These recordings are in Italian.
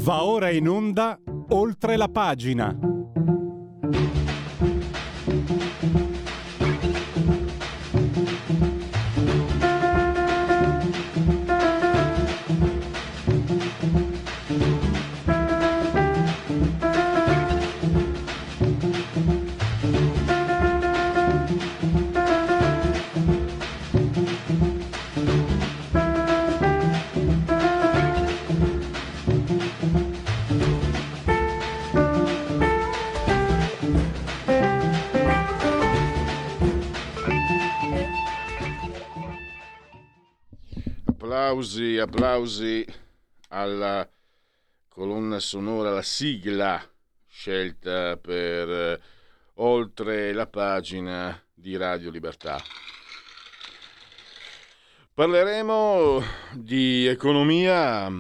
Va ora in onda Oltre la pagina. Applausi alla colonna sonora, la sigla scelta per Oltre la pagina di Radio Libertà. Parleremo di economia.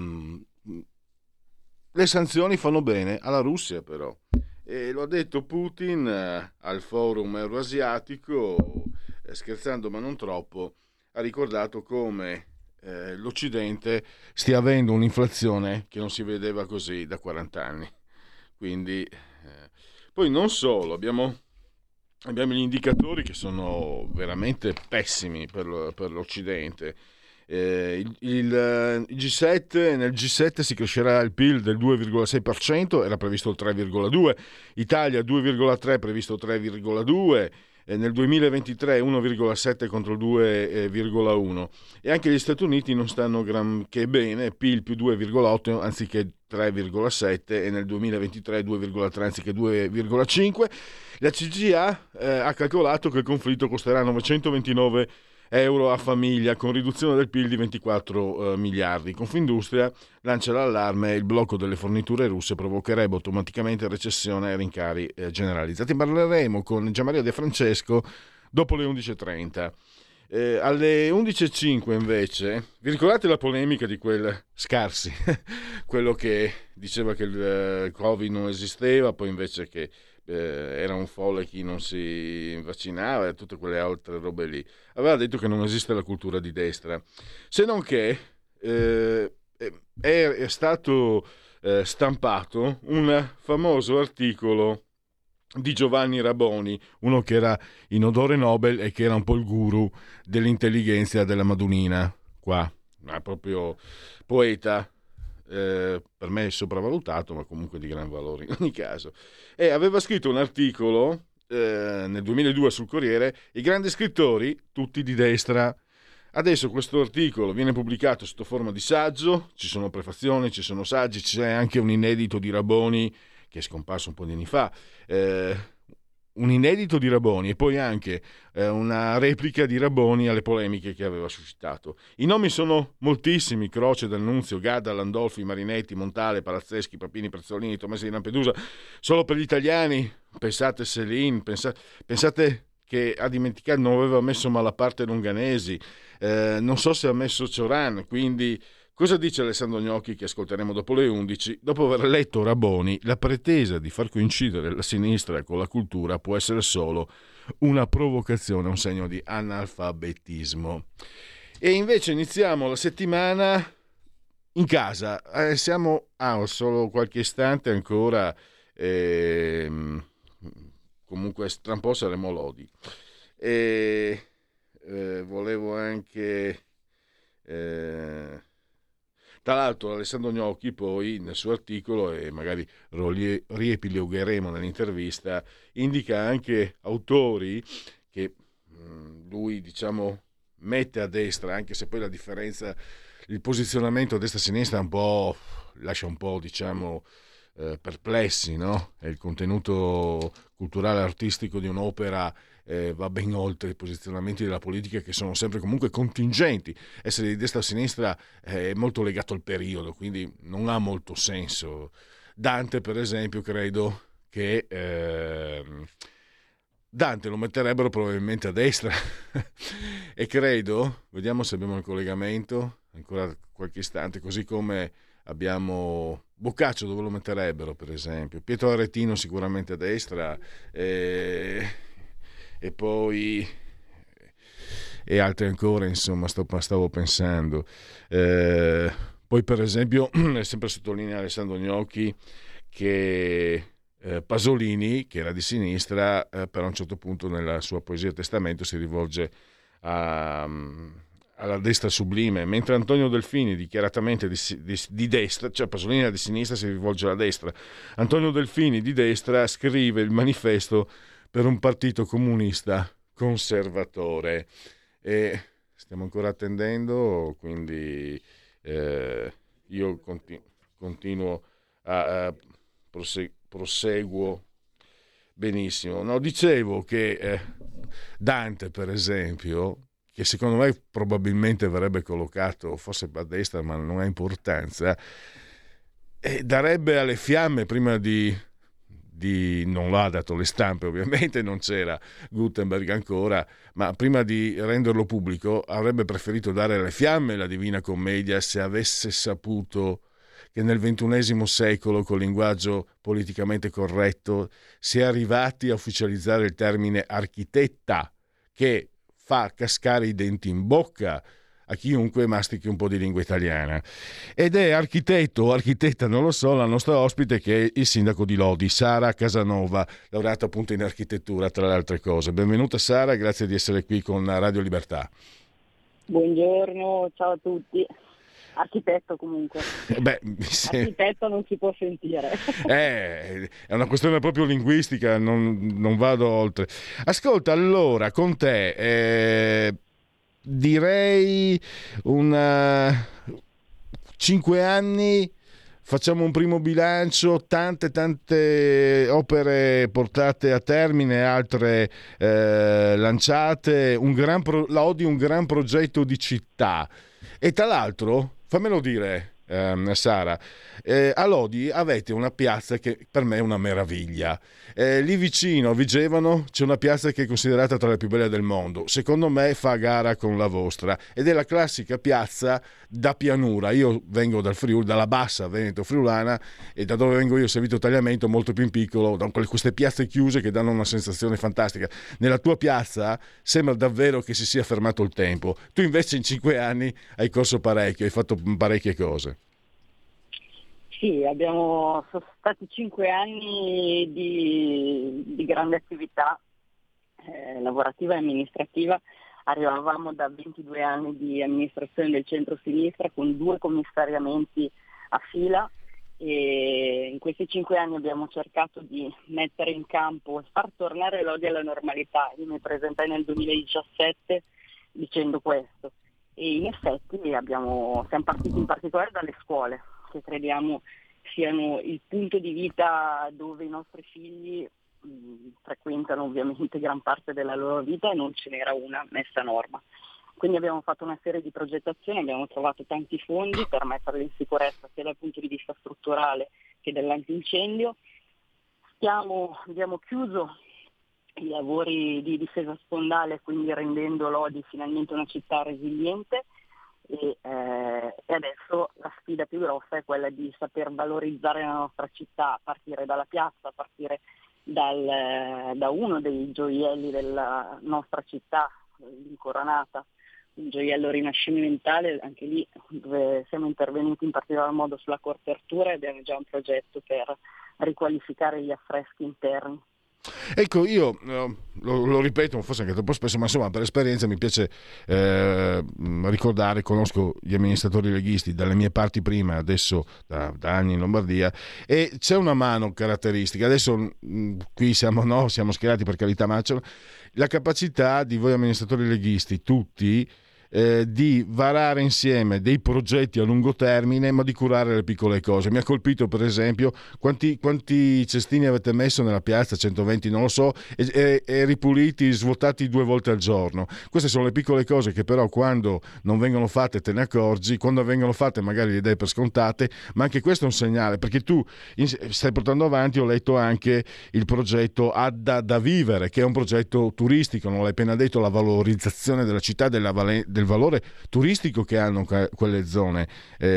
Le sanzioni fanno bene alla Russia, però. E lo ha detto Putin al forum euroasiatico, scherzando ma non troppo, ha ricordato come l'Occidente stia avendo un'inflazione che non si vedeva così da 40 anni. Quindi poi non solo, abbiamo gli indicatori che sono veramente pessimi per l'Occidente. Il G7, nel G7 si crescerà il PIL del 2,6%, era previsto il 3,2%, Italia 2,3%, previsto 3,2%, nel 2023 1,7 contro il 2,1, e anche gli Stati Uniti non stanno granché bene, PIL più 2,8 anziché 3,7, e nel 2023 2,3 anziché 2,5. La CGA ha calcolato che il conflitto costerà 929 euro a famiglia, con riduzione del PIL di 24 miliardi. Confindustria lancia l'allarme: il blocco delle forniture russe provocherebbe automaticamente recessione e rincari generalizzati. Parleremo con Gianmaria De Francesco dopo le 11.30. Alle 11.05 invece, vi ricordate la polemica di quel Scarsi, quello che diceva che il Covid non esisteva, poi invece che era un folle chi non si vaccinava e tutte quelle altre robe lì. Aveva detto che non esiste la cultura di destra, se non che è stato stampato un famoso articolo di Giovanni Raboni, uno che era in odore Nobel e che era un po' il guru dell'intelligenza della Madunina qua, ma proprio poeta. Per me è sopravvalutato, ma comunque di gran valore in ogni caso. E aveva scritto un articolo nel 2002 sul Corriere: i grandi scrittori tutti di destra. Adesso questo articolo viene pubblicato sotto forma di saggio, ci sono prefazioni, ci sono saggi, c'è anche un inedito di Raboni che è scomparso un po' di anni fa, un inedito di Raboni, e poi anche una replica di Raboni alle polemiche che aveva suscitato. I nomi sono moltissimi: Croce, D'Annunzio, Gadda, Landolfi, Marinetti, Montale, Palazzeschi, Papini, Prezzolini, Tomasi di Lampedusa. Solo per gli italiani, pensate Selin, pensate che a dimenticare non aveva messo Malaparte Longanesi, non so se ha messo Cioran. Quindi cosa dice Alessandro Gnocchi, che ascolteremo dopo le 11? Dopo aver letto Raboni, la pretesa di far coincidere la sinistra con la cultura può essere solo una provocazione, un segno di analfabetismo. E invece iniziamo la settimana in casa. Siamo solo qualche istante ancora, comunque tra un po' saremo lodi. E volevo anche... Tra l'altro Alessandro Gnocchi poi nel suo articolo, e magari riepilogheremo nell'intervista, indica anche autori che lui diciamo mette a destra, anche se poi la differenza, il posizionamento a destra e a sinistra un po' lascia un po' diciamo perplessi, no? E il contenuto culturale artistico di un'opera va ben oltre i posizionamenti della politica, che sono sempre comunque contingenti. Essere di destra o sinistra è molto legato al periodo, quindi non ha molto senso. Dante, per esempio, credo che Dante lo metterebbero probabilmente a destra e credo, vediamo se abbiamo il collegamento ancora qualche istante, così come abbiamo Boccaccio, dove lo metterebbero per esempio, Pietro Aretino sicuramente a destra, e poi e altri ancora, insomma stavo pensando, Poi per esempio sempre sottolinea Alessandro Gnocchi che Pasolini, che era di sinistra, però a un certo punto nella sua poesia Testamento si rivolge alla destra sublime, mentre Antonio Delfini, dichiaratamente di destra, cioè Pasolini era di sinistra, si rivolge alla destra. Antonio Delfini, di destra, scrive il manifesto per un partito comunista conservatore. E stiamo ancora attendendo, quindi io continuo a proseguo benissimo. No, dicevo che Dante, per esempio, che secondo me probabilmente verrebbe collocato forse a destra, ma non ha importanza, darebbe alle fiamme prima di non l'ha dato le stampe, ovviamente non c'era Gutenberg ancora, ma prima di renderlo pubblico avrebbe preferito dare alle fiamme la Divina Commedia se avesse saputo che nel XXI secolo, col linguaggio politicamente corretto, si è arrivati a ufficializzare il termine architetta, che fa cascare i denti in bocca a chiunque mastichi un po' di lingua italiana. Ed è architetto o architetta, non lo so, la nostra ospite, che è il sindaco di Lodi, Sara Casanova, laureata appunto in architettura, tra le altre cose. Benvenuta Sara, grazie di essere qui con Radio Libertà. Buongiorno, ciao a tutti. Architetto comunque. Architetto non si può sentire. È una questione proprio linguistica, non vado oltre. Ascolta, allora, con te direi 5 anni, facciamo un primo bilancio, tante opere portate a termine, altre lanciate, Lodi un gran progetto di città. E tra l'altro, fammelo dire, Sara, a Lodi avete una piazza che per me è una meraviglia. Lì vicino a Vigevano c'è una piazza che è considerata tra le più belle del mondo. Secondo me fa gara con la vostra ed è la classica piazza da pianura. Io vengo dal Friuli, dalla bassa Veneto friulana, e da dove vengo io, Servito Tagliamento, molto più in piccolo, da queste piazze chiuse che danno una sensazione fantastica. Nella tua piazza sembra davvero che si sia fermato il tempo. Tu invece in 5 anni hai corso parecchio, hai fatto parecchie cose. Sì, sono stati 5 anni di grande attività lavorativa e amministrativa. Arrivavamo da 22 anni di amministrazione del centro-sinistra con 2 commissariamenti a fila, e in questi 5 anni abbiamo cercato di mettere in campo e far tornare Lodi alla normalità. Io mi presentai nel 2017 dicendo questo, e in effetti siamo partiti in particolare dalle scuole, che crediamo siano il punto di vita dove i nostri figli frequentano ovviamente gran parte della loro vita, e non ce n'era una messa a norma. Quindi abbiamo fatto una serie di progettazioni, abbiamo trovato tanti fondi per metterle in sicurezza sia dal punto di vista strutturale che dell'antincendio. Abbiamo chiuso i lavori di difesa spondale, quindi rendendo Lodi finalmente una città resiliente, e adesso la sfida più grossa è quella di saper valorizzare la nostra città a partire dalla piazza, a partire da uno dei gioielli della nostra città, l'Incoronata, un gioiello rinascimentale, anche lì dove siamo intervenuti in particolar modo sulla Corte Artura, e abbiamo già un progetto per riqualificare gli affreschi interni. Ecco, io lo ripeto forse anche troppo spesso, ma insomma per esperienza mi piace ricordare, conosco gli amministratori leghisti dalle mie parti prima, adesso da anni in Lombardia, e c'è una mano caratteristica. Adesso qui siamo schierati, per carità, ma c'è la capacità di voi amministratori leghisti tutti di varare insieme dei progetti a lungo termine, ma di curare le piccole cose. Mi ha colpito per esempio quanti cestini avete messo nella piazza, 120 non lo so, e ripuliti, svuotati 2 volte al giorno. Queste sono le piccole cose che però quando non vengono fatte te ne accorgi, quando vengono fatte magari le dai per scontate, ma anche questo è un segnale, perché tu stai portando avanti, ho letto anche il progetto Adda da vivere, che è un progetto turistico, non l'hai appena detto, la valorizzazione della città, del valore turistico che hanno quelle zone,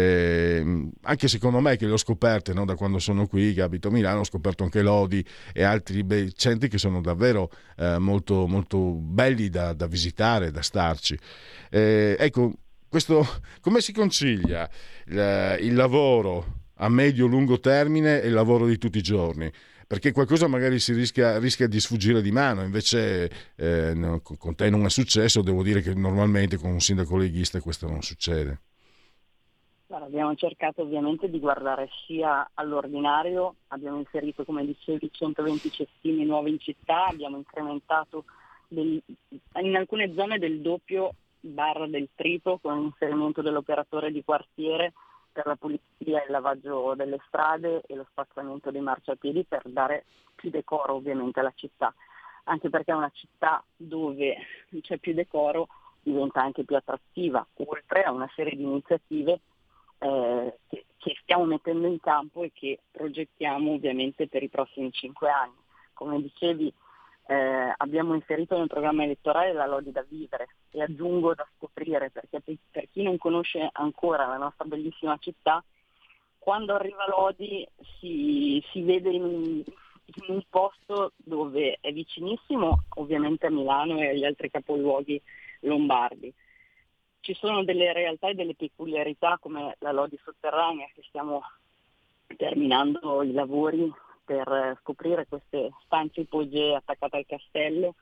anche secondo me, che le ho scoperte, no? Da quando sono qui, che abito a Milano, ho scoperto anche Lodi e altri bei centri che sono davvero molto, molto belli da visitare, da starci. Ecco, questo, come si concilia il lavoro a medio-lungo termine e il lavoro di tutti i giorni? Perché qualcosa magari si rischia di sfuggire di mano, invece no, con te non è successo, devo dire che normalmente con un sindaco leghista questo non succede. Allora, abbiamo cercato ovviamente di guardare sia all'ordinario, abbiamo inserito, come dicevi, 120 cestini nuovi in città, abbiamo incrementato in alcune zone del doppio barra del triplo con l'inserimento dell'operatore di quartiere per la pulizia e il lavaggio delle strade e lo spazzamento dei marciapiedi per dare più decoro ovviamente alla città, anche perché è una città dove c'è più decoro diventa anche più attrattiva, oltre a una serie di iniziative che stiamo mettendo in campo e che progettiamo ovviamente per i prossimi 5 anni. Come dicevi, abbiamo inserito nel programma elettorale la Lodi da vivere e aggiungo da scoprire, perché per chi non conosce ancora la nostra bellissima città, quando arriva Lodi si vede in un posto dove è vicinissimo ovviamente a Milano e agli altri capoluoghi lombardi. Ci sono delle realtà e delle peculiarità come la Lodi sotterranea, che stiamo terminando i lavori per scoprire queste stanze ipogee attaccate al castello,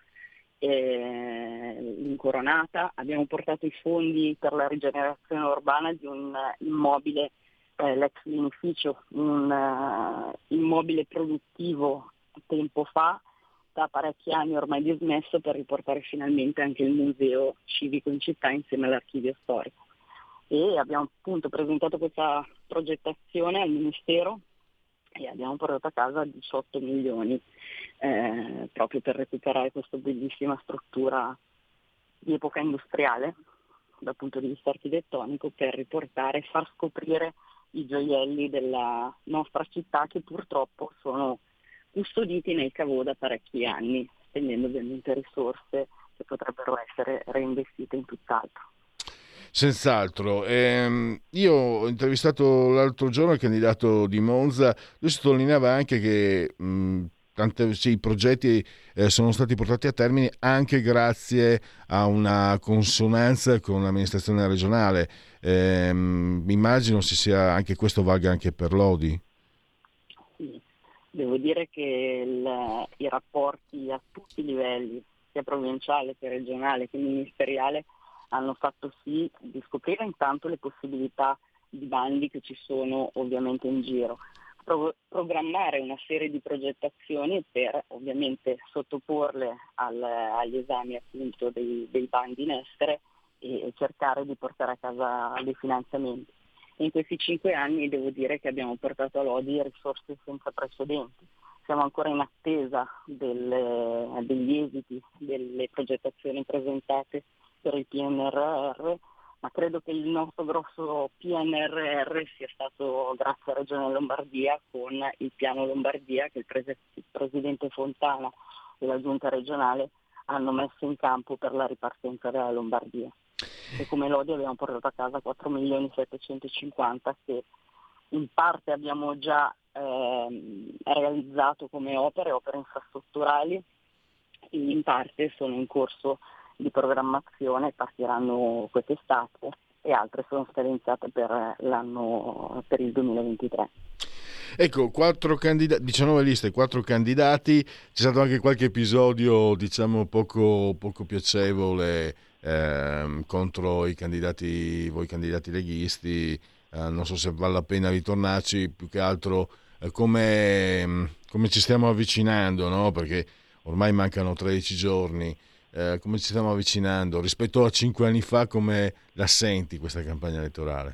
incoronata. Abbiamo portato i fondi per la rigenerazione urbana di un immobile, l'ex Linificio, un immobile produttivo tempo fa, da parecchi anni ormai dismesso, per riportare finalmente anche il museo civico in città insieme all'archivio storico. E abbiamo appunto presentato questa progettazione al Ministero e abbiamo portato a casa 18 milioni proprio per recuperare questa bellissima struttura di epoca industriale dal punto di vista architettonico, per riportare e far scoprire i gioielli della nostra città, che purtroppo sono custoditi nei cavò da parecchi anni, spendendo ovviamente risorse che potrebbero essere reinvestite in tutt'altro. Senz'altro. Io ho intervistato l'altro giorno il candidato di Monza, lui sottolineava anche che i progetti sono stati portati a termine anche grazie a una consonanza con l'amministrazione regionale. Immagino anche questo valga anche per Lodi. Sì. Devo dire che i rapporti a tutti i livelli, sia provinciale che regionale che ministeriale, hanno fatto sì di scoprire intanto le possibilità di bandi che ci sono ovviamente in giro, programmare una serie di progettazioni per ovviamente sottoporle agli esami appunto dei bandi in essere e cercare di portare a casa dei finanziamenti. In questi 5 anni devo dire che abbiamo portato a Lodi risorse senza precedenti. Siamo ancora in attesa degli esiti delle progettazioni presentate per il PNRR, ma credo che il nostro grosso PNRR sia stato grazie a Regione Lombardia, con il piano Lombardia che il Presidente Fontana e la Giunta regionale hanno messo in campo per la ripartenza della Lombardia. E come Lodi abbiamo portato a casa 4 milioni 750 che in parte abbiamo già realizzato come opere infrastrutturali, e in parte sono in corso di programmazione, partiranno quest'estate, e altre sono scadenziate per il 2023. Ecco, 19 liste, 4 candidati, c'è stato anche qualche episodio, diciamo, poco piacevole contro voi candidati leghisti, non so se vale la pena ritornarci, più che altro come ci stiamo avvicinando, no? Perché ormai mancano 13 giorni, come ci stiamo avvicinando rispetto a 5 anni fa, come la senti questa campagna elettorale?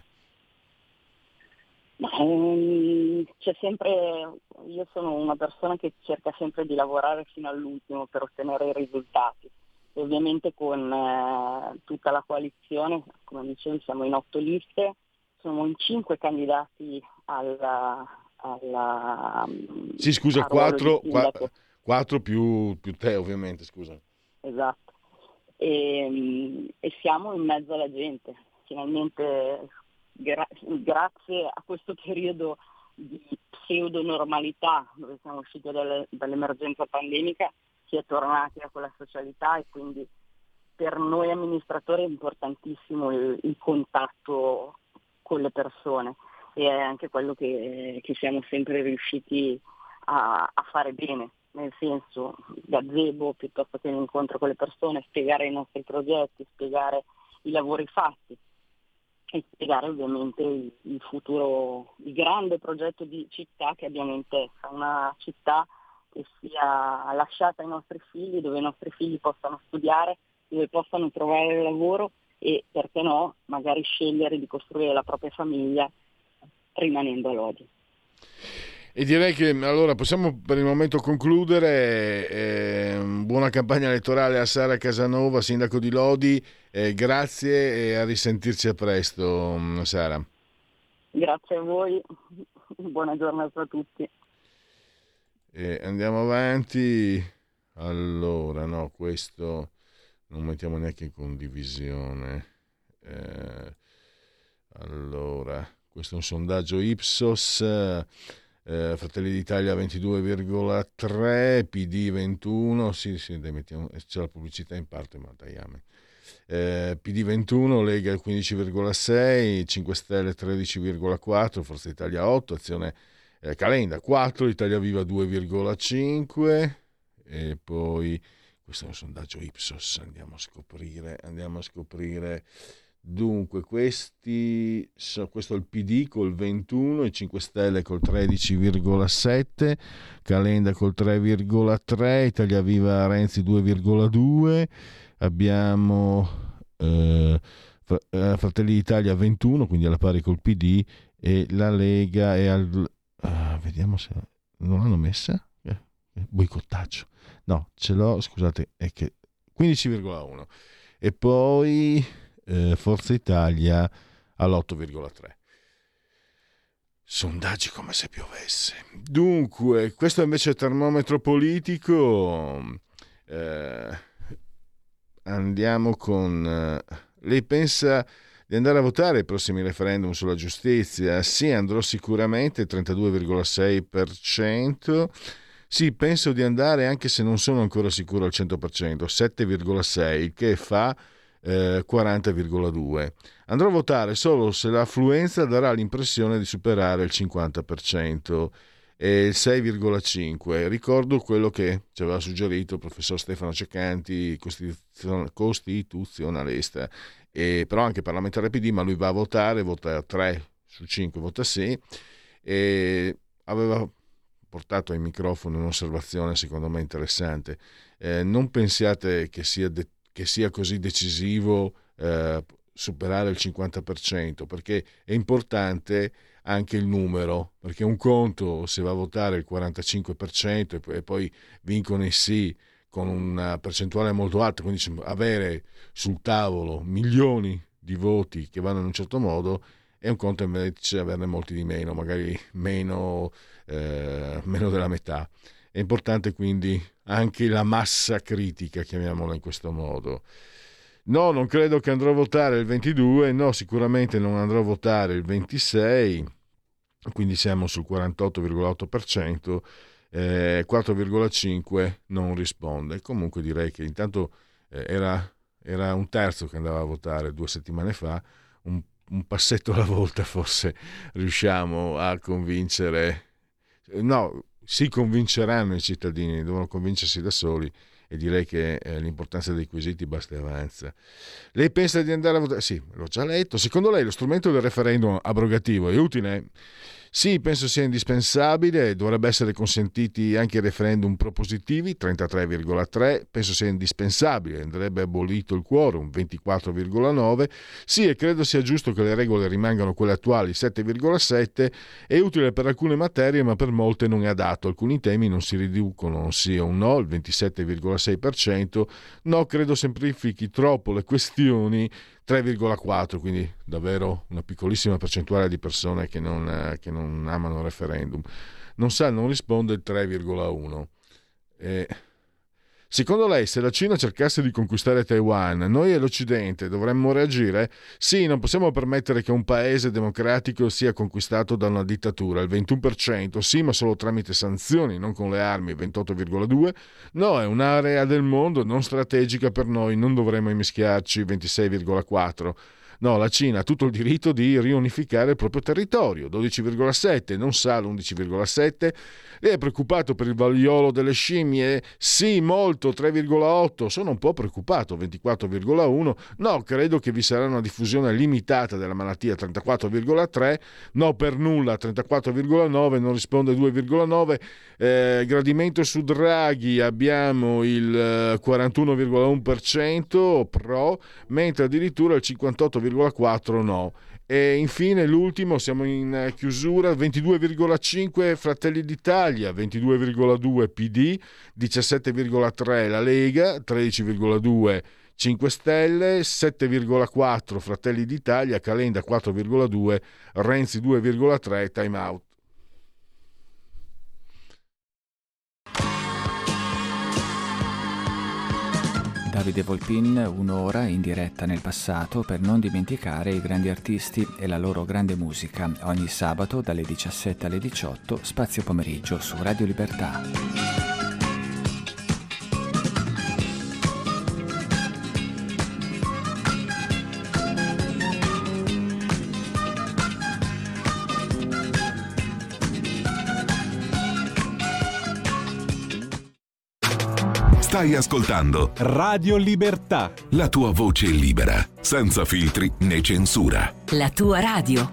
Ma, c'è sempre, io sono una persona che cerca sempre di lavorare fino all'ultimo per ottenere i risultati. E ovviamente con tutta la coalizione, come dicevo, siamo in 8 liste, siamo in 5 candidati alla sì, scusa, al ruolo di sindaco. 4 più te ovviamente, scusa. Esatto. E siamo in mezzo alla gente. Finalmente, grazie a questo periodo di pseudo normalità, dove siamo usciti dall'emergenza pandemica, si è tornati a quella socialità, e quindi per noi amministratori è importantissimo il contatto con le persone, e è anche quello che siamo sempre riusciti a fare bene, nel senso, gazebo piuttosto che un incontro con le persone, spiegare i nostri progetti, spiegare i lavori fatti e spiegare ovviamente il futuro, il grande progetto di città che abbiamo in testa, una città che sia lasciata ai nostri figli, dove i nostri figli possano studiare, dove possano trovare lavoro e, perché no, magari scegliere di costruire la propria famiglia rimanendo a Lodi. E direi che allora possiamo per il momento concludere. Buona campagna elettorale a Sara Casanova, sindaco di Lodi. Grazie e a risentirci a presto, Sara. Grazie a voi, buona giornata a tutti. Andiamo avanti. Allora, no, questo non mettiamo neanche in condivisione. Allora, questo è un sondaggio Ipsos. Fratelli d'Italia 22,3, PD 21, sì, dai, mettiamo, c'è la pubblicità in parte, ma tagliamo. PD 21, Lega 15,6, 5 Stelle 13,4, Forza Italia 8, Azione Calenda 4, Italia Viva 2,5 e poi questo è un sondaggio Ipsos, andiamo a scoprire. Dunque, questo è il PD col 21, i 5 Stelle col 13,7, Calenda col 3,3, Italia Viva Renzi 2,2, abbiamo Fratelli d'Italia 21, quindi alla pari col PD, e la Lega è al... vediamo se non l'hanno messa. Boicottaggio. No, ce l'ho, scusate, è che 15,1. E poi... Forza Italia all'8,3. Sondaggi come se piovesse. Dunque, questo invece è il termometro politico. Andiamo con... lei pensa di andare a votare ai prossimi referendum sulla giustizia? Sì, andrò sicuramente, 32,6%. Sì, penso di andare anche se non sono ancora sicuro al 100%, 7,6%, che fa 40,2. Andrò a votare solo se l'affluenza darà l'impressione di superare il 50% e il 6,5. Ricordo quello che ci aveva suggerito il professor Stefano Ceccanti, costituzionalista, e però anche parlamentare PD, ma lui va a votare, vota 3 su 5, vota sì, e aveva portato ai microfoni un'osservazione secondo me interessante. Non pensiate che sia così decisivo superare il 50%, perché è importante anche il numero, perché un conto se va a votare il 45% e poi vincono i sì con una percentuale molto alta, quindi avere sul tavolo milioni di voti che vanno in un certo modo, è un conto invece averne molti di meno, magari meno della metà. È importante quindi anche la massa critica, chiamiamola in questo modo. No, non credo che andrò a votare il 22, no, sicuramente non andrò a votare il 26, quindi siamo sul 48,8%, 4,5% non risponde. Comunque direi che intanto era un terzo che andava a votare 2 settimane fa, un passetto alla volta forse riusciamo a convincere, no, si convinceranno i cittadini, devono convincersi da soli, e direi che l'importanza dei quesiti basta e avanza. Lei pensa di andare a votare? Sì, l'ho già letto. Secondo lei lo strumento del referendum abrogativo è utile? Sì, penso sia indispensabile, dovrebbe essere consentiti anche i referendum propositivi, 33,3, penso sia indispensabile, andrebbe abolito il quorum, 24,9, sì, e credo sia giusto che le regole rimangano quelle attuali, 7,7, è utile per alcune materie ma per molte non è adatto, alcuni temi non si riducono, un sì o un no, il 27,6%, no, credo semplifichi troppo le questioni, 3,4, quindi davvero una piccolissima percentuale di persone che non amano il referendum. Non risponde il 3,1. Secondo lei, se la Cina cercasse di conquistare Taiwan, noi e l'Occidente dovremmo reagire? Sì, non possiamo permettere che un paese democratico sia conquistato da una dittatura, il 21%, sì, ma solo tramite sanzioni, non con le armi, 28,2%. No, è un'area del mondo non strategica per noi, non dovremmo immischiarci, 26,4%. No, la Cina ha tutto il diritto di riunificare il proprio territorio, 12,7%, non sa l'11,7%. Lei è preoccupato per il vaiolo delle scimmie? Sì, molto, 3,8%. Sono un po' preoccupato, 24,1%. No, credo che vi sarà una diffusione limitata della malattia, 34,3%. No, per nulla, 34,9%. Non risponde 2,9%. Gradimento su Draghi abbiamo il 41,1% pro, mentre addirittura il 58,4% no. E infine l'ultimo, siamo in chiusura, 22,5 Fratelli d'Italia, 22,2 PD, 17,3 la Lega, 13,2 5 Stelle, 7,4 Fratelli d'Italia, Calenda 4,2, Renzi 2,3, time out. Davide Volpin, un'ora in diretta nel passato per non dimenticare i grandi artisti e la loro grande musica, ogni sabato dalle 17 alle 18, spazio pomeriggio su Radio Libertà. Stai ascoltando Radio Libertà. La tua voce libera, senza filtri né censura. La tua radio.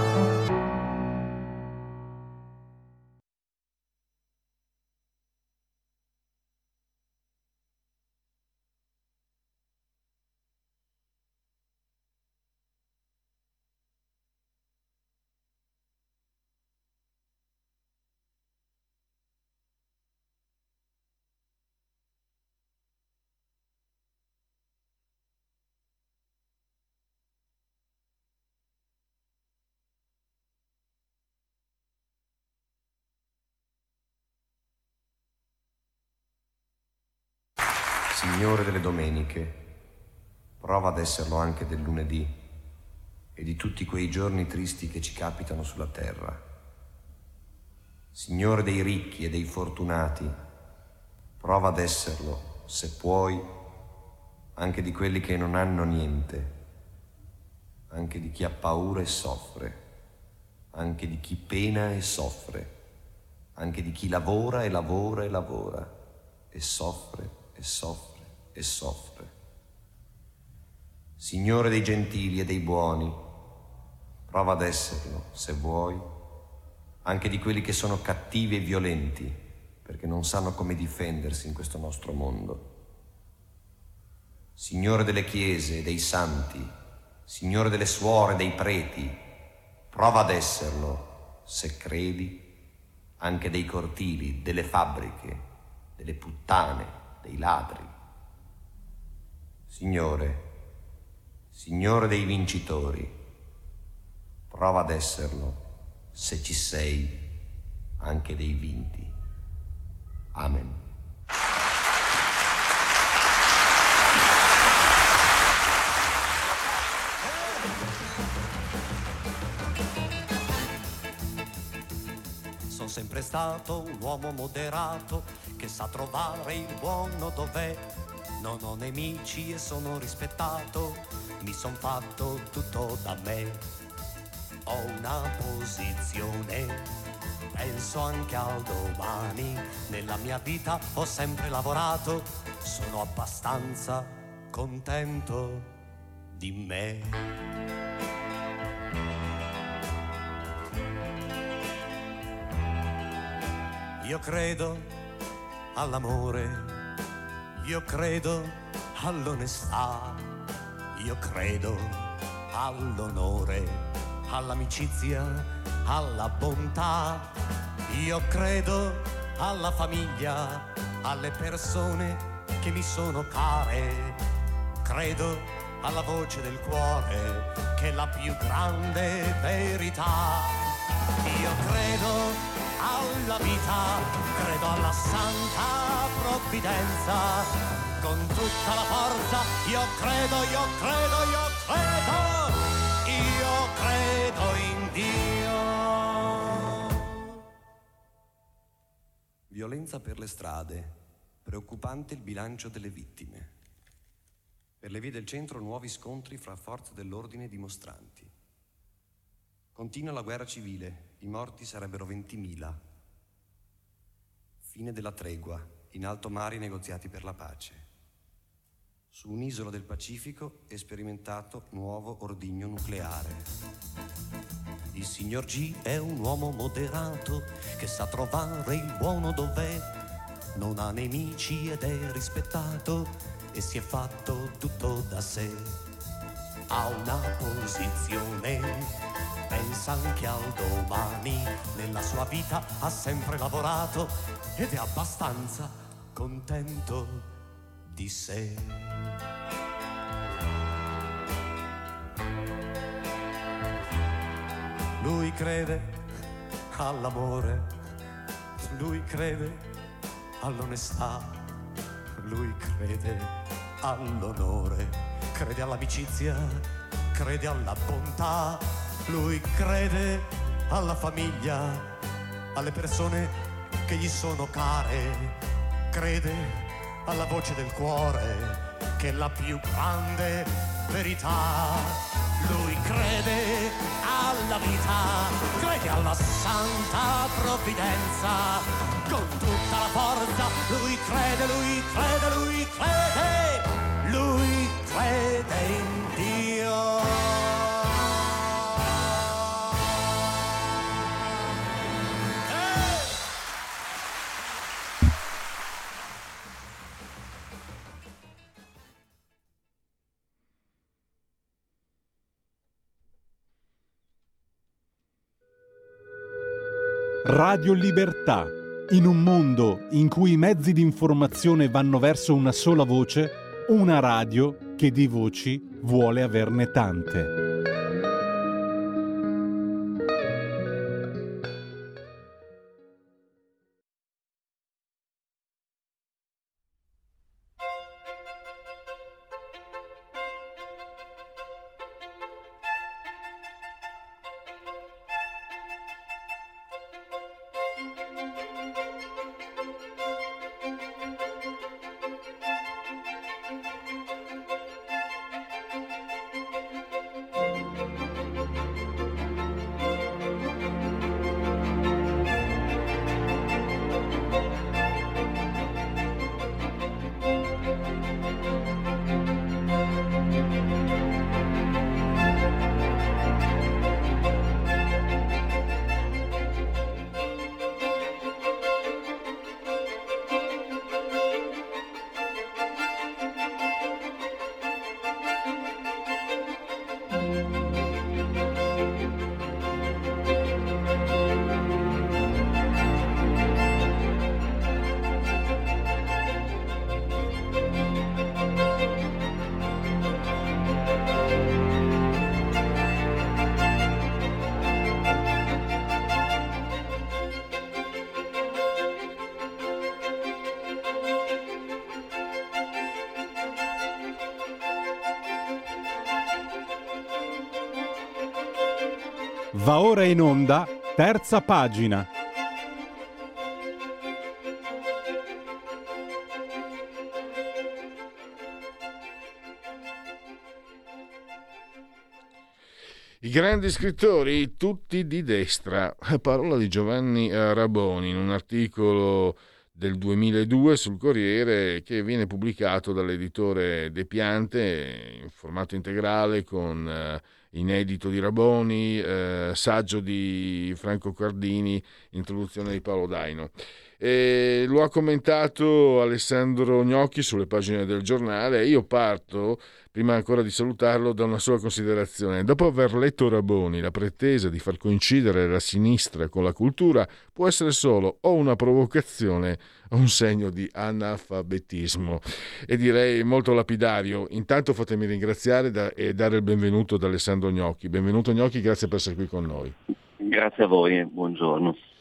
Signore delle domeniche, prova ad esserlo anche del lunedì e di tutti quei giorni tristi che ci capitano sulla terra. Signore dei ricchi e dei fortunati, prova ad esserlo, se puoi, anche di quelli che non hanno niente, anche di chi ha paura e soffre, anche di chi pena e soffre, anche di chi lavora e lavora e lavora e soffre e soffre e soffre. Signore dei gentili e dei buoni, prova ad esserlo, se vuoi, anche di quelli che sono cattivi e violenti, perché non sanno come difendersi in questo nostro mondo. Signore delle chiese e dei santi, Signore delle suore e dei preti, prova ad esserlo, se credi, anche dei cortili, delle fabbriche, delle puttane, dei ladri. Signore, Signore dei vincitori, prova ad esserlo, se ci sei, anche dei vinti. Amen. Sono sempre stato un uomo moderato che sa trovare il buono dov'è. Non ho nemici e sono rispettato, mi son fatto tutto da me. Ho una posizione, penso anche al domani. Nella mia vita ho sempre lavorato, sono abbastanza contento di me. Io credo all'amore, io credo all'onestà, io credo all'onore, all'amicizia, alla bontà. Io credo alla famiglia, alle persone che mi sono care. Credo alla voce del cuore, che è la più grande verità. Io credo alla vita, credo alla santa provvidenza, con tutta la forza, io credo in Dio. Violenza per le strade, preoccupante il bilancio delle vittime. Per le vie del centro nuovi scontri fra forze dell'ordine e dimostranti. Continua la guerra civile, i morti sarebbero 20.000. Fine della tregua, in alto mare i negoziati per la pace. Su un'isola del Pacifico è sperimentato nuovo ordigno nucleare. Il signor G è un uomo moderato che sa trovare il buono dov'è, non ha nemici ed è rispettato e si è fatto tutto da sé. Ha una posizione, pensa anche al domani, nella sua vita ha sempre lavorato ed è abbastanza contento di sé. Lui crede all'amore, lui crede all'onestà, lui crede all'onore, crede all'amicizia, crede alla bontà, lui crede alla famiglia, alle persone che gli sono care, crede alla voce del cuore che è la più grande verità. Lui crede alla vita, crede alla santa provvidenza, con tutta la forza, lui crede in Dio. Radio Libertà. In un mondo in cui i mezzi di informazione vanno verso una sola voce, una radio che di voci vuole averne tante. Va ora in onda, terza pagina. I grandi scrittori, tutti di destra. Parola di Giovanni Raboni in un articolo del 2002 sul Corriere che viene pubblicato dall'editore De Piante in formato integrale con inedito di Raboni, saggio di Franco Cardini, introduzione di Paolo Daino. Lo ha commentato Alessandro Gnocchi sulle pagine del giornale. Io parto, prima ancora di salutarlo, da una sola considerazione. Dopo aver letto Raboni, la pretesa di far coincidere la sinistra con la cultura può essere solo o una provocazione o un segno di analfabetismo, e direi molto lapidario. Intanto fatemi ringraziare e dare il benvenuto ad Alessandro Gnocchi. Benvenuto Gnocchi, grazie per essere qui con noi. Grazie a voi, buongiorno.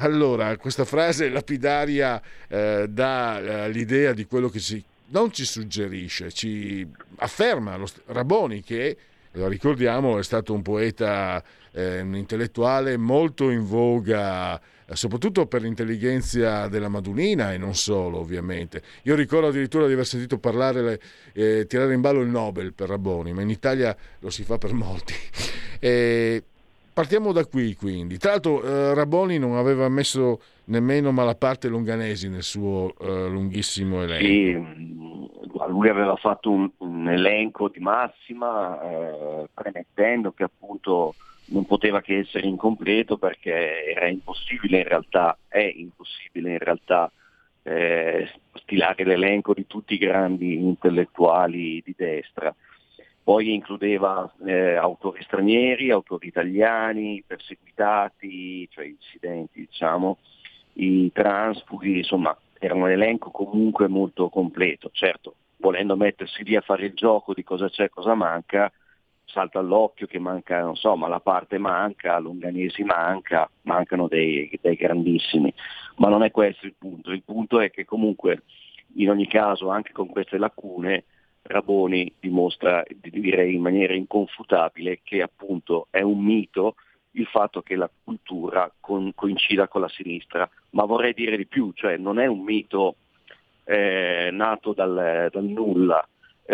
Allora, questa frase lapidaria dà l'idea di quello che non ci suggerisce, ci afferma Raboni, che, lo ricordiamo, è stato un poeta, un intellettuale molto in voga, soprattutto per l'intelligenza della Madunina e non solo, ovviamente. Io ricordo addirittura di aver sentito parlare, tirare in ballo il Nobel per Raboni, ma in Italia lo si fa per molti. Partiamo da qui, quindi. Tra l'altro Raboni non aveva messo nemmeno malaparte Longanesi nel suo lunghissimo elenco. Sì, lui aveva fatto un elenco di massima, premettendo che appunto non poteva che essere incompleto, perché è impossibile in realtà stilare l'elenco di tutti i grandi intellettuali di destra. Poi includeva autori stranieri, autori italiani, perseguitati, cioè i dissidenti, diciamo, i transfughi, insomma era un elenco comunque molto completo. Certo, volendo mettersi lì a fare il gioco di cosa c'è, cosa manca, salta all'occhio che manca, non so, Malaparte manca, Longanesi mancano dei grandissimi, ma non è questo il punto è che comunque in ogni caso, anche con queste lacune, Raboni dimostra, direi in maniera inconfutabile, che appunto è un mito il fatto che la cultura coincida con la sinistra, ma vorrei dire di più, cioè non è un mito nato dal nulla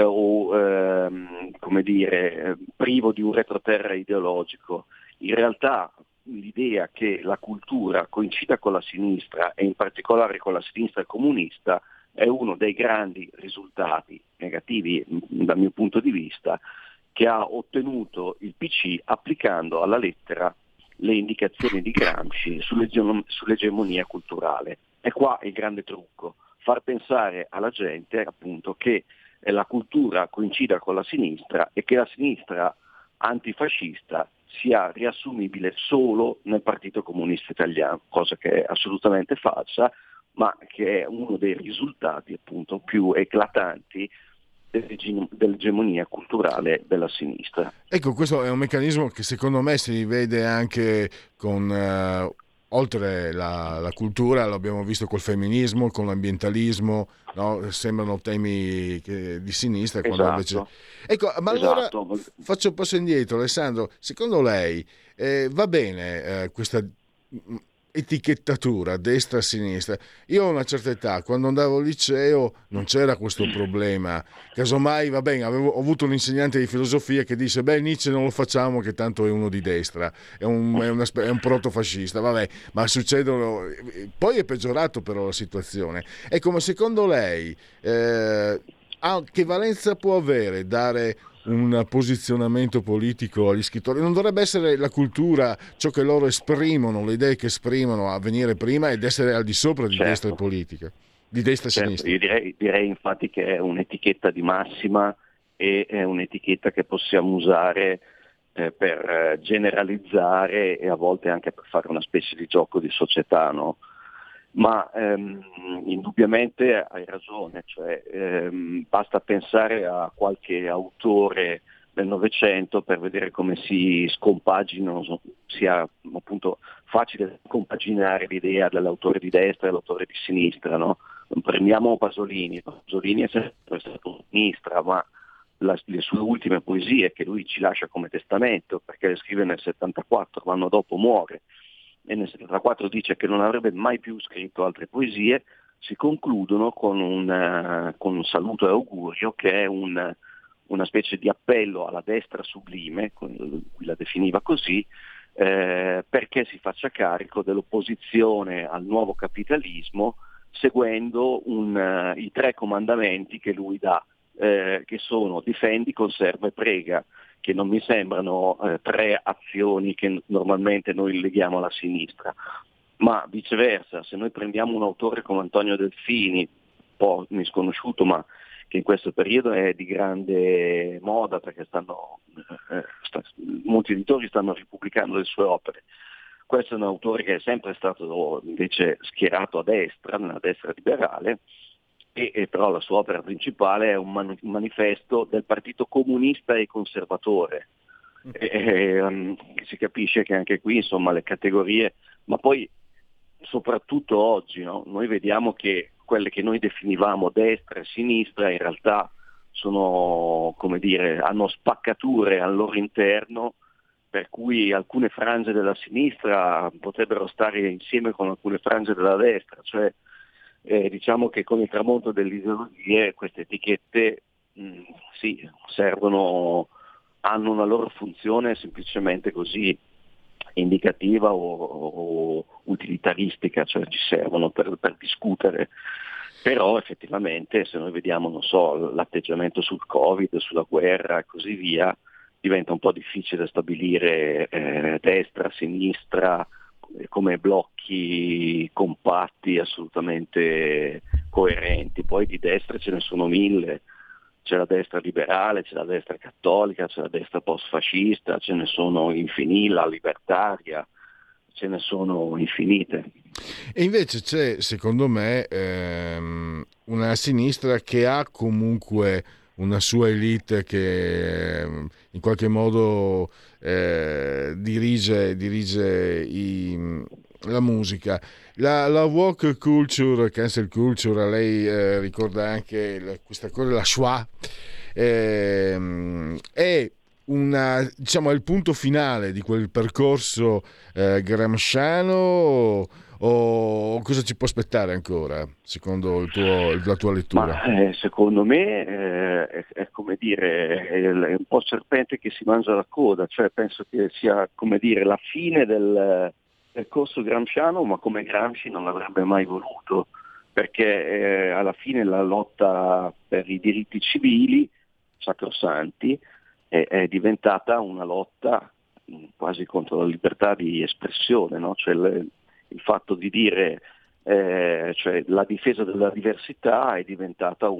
come dire, privo di un retroterra ideologico. In realtà l'idea che la cultura coincida con la sinistra, e in particolare con la sinistra comunista, è uno dei grandi risultati negativi dal mio punto di vista che ha ottenuto il PC applicando alla lettera le indicazioni di Gramsci sull'egemonia culturale. E qua è il grande trucco, far pensare alla gente appunto che la cultura coincida con la sinistra e che la sinistra antifascista sia riassumibile solo nel Partito Comunista Italiano, cosa che è assolutamente falsa, ma che è uno dei risultati appunto più eclatanti dell'egemonia culturale della sinistra. Ecco, questo è un meccanismo che secondo me si vede anche con oltre la cultura, l'abbiamo visto col femminismo, con l'ambientalismo, no? Sembrano temi di sinistra, Esatto. Quando invece... Ecco, ma allora faccio un passo indietro, Alessandro. Secondo lei va bene questa etichettatura destra-sinistra? Io a una certa età, quando andavo al liceo, non c'era questo problema. Casomai, va bene, ho avuto un insegnante di filosofia che disse: beh, Nietzsche non lo facciamo, che tanto è uno di destra, è un protofascista, vabbè, ma succedono. Poi è peggiorato però la situazione. È come, secondo lei, che valenza può avere dare un posizionamento politico agli scrittori? Non dovrebbe essere la cultura, ciò che loro esprimono, le idee che esprimono, a venire prima ed essere al di sopra di destra politica, di destra e sinistra? Io direi infatti che è un'etichetta di massima e è un'etichetta che possiamo usare per generalizzare e a volte anche per fare una specie di gioco di società, no? Ma indubbiamente hai ragione, cioè, basta pensare a qualche autore del Novecento per vedere come si scompaginano, sia appunto facile compaginare l'idea dell'autore di destra e l'autore di sinistra, no? Prendiamo Pasolini è sempre stato di sinistra, ma le sue ultime poesie, che lui ci lascia come testamento, perché le scrive nel 74, l'anno dopo muore, e nel 74 dice che non avrebbe mai più scritto altre poesie, si concludono con un saluto e augurio che è una specie di appello alla destra sublime, lui la definiva così, perché si faccia carico dell'opposizione al nuovo capitalismo, seguendo i 3 comandamenti che lui dà, che sono difendi, conserva e prega, che non mi sembrano 3 azioni che normalmente noi leghiamo alla sinistra, ma viceversa, se noi prendiamo un autore come Antonio Delfini, un po' misconosciuto, ma che in questo periodo è di grande moda perché molti editori stanno ripubblicando le sue opere. Questo è un autore che è sempre stato invece schierato a destra, nella destra liberale, e però la sua opera principale è un manifesto del Partito Comunista e Conservatore. Si capisce che anche qui, insomma, le categorie, ma poi soprattutto oggi, no? Noi vediamo che quelle che noi definivamo destra e sinistra in realtà sono, come dire, hanno spaccature al loro interno, per cui alcune frange della sinistra potrebbero stare insieme con alcune frange della destra, cioè diciamo che con il tramonto delle ideologie queste etichette sì, servono, hanno una loro funzione semplicemente così indicativa o utilitaristica, cioè ci servono per discutere. Però effettivamente se noi vediamo, non so, l'atteggiamento sul Covid, sulla guerra e così via, diventa un po' difficile stabilire destra, sinistra come blocchi compatti, assolutamente coerenti. Poi di destra ce ne sono mille, c'è la destra liberale, c'è la destra cattolica, c'è la destra post-fascista, ce ne sono infinite, la libertaria, ce ne sono infinite. E invece c'è, secondo me, una sinistra che ha comunque una sua elite che in qualche modo dirige la musica. La woke culture, cancel culture, lei ricorda anche questa cosa, la Shoah, è una, diciamo, è il punto finale di quel percorso gramsciano, o cosa ci può aspettare ancora, secondo la tua lettura? Ma, secondo me è come dire, è un po' serpente che si mangia la coda, cioè penso che sia, come dire, la fine del percorso gramsciano, ma come Gramsci non l'avrebbe mai voluto, perché alla fine la lotta per i diritti civili sacrosanti è diventata una lotta quasi contro la libertà di espressione, no? Cioè il fatto di dire, cioè la difesa della diversità è diventata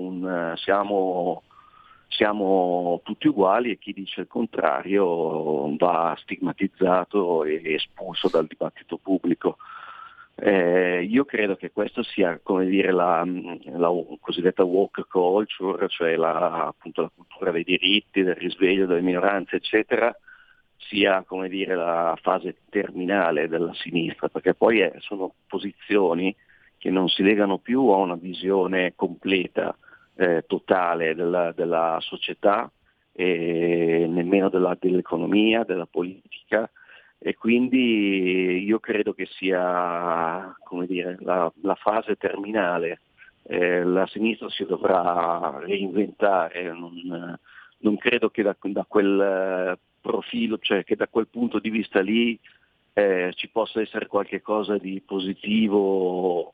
siamo tutti uguali, e chi dice il contrario va stigmatizzato e espulso dal dibattito pubblico. Io credo che questo sia, come dire, la cosiddetta woke culture, cioè appunto la cultura dei diritti, del risveglio delle minoranze, eccetera, sia, come dire, la fase terminale della sinistra, perché poi sono posizioni che non si legano più a una visione completa, totale della società, e nemmeno dell'economia, della politica, e quindi io credo che sia, come dire, la fase terminale. La sinistra si dovrà reinventare, non credo che da quel profilo, cioè che da quel punto di vista lì ci possa essere qualche cosa di positivo.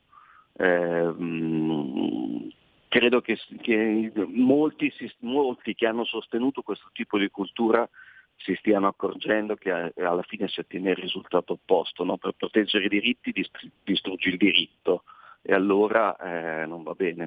Credo che molti che hanno sostenuto questo tipo di cultura si stiano accorgendo che alla fine si ottiene il risultato opposto, no? Per proteggere i diritti distruggi il diritto, e allora non va bene.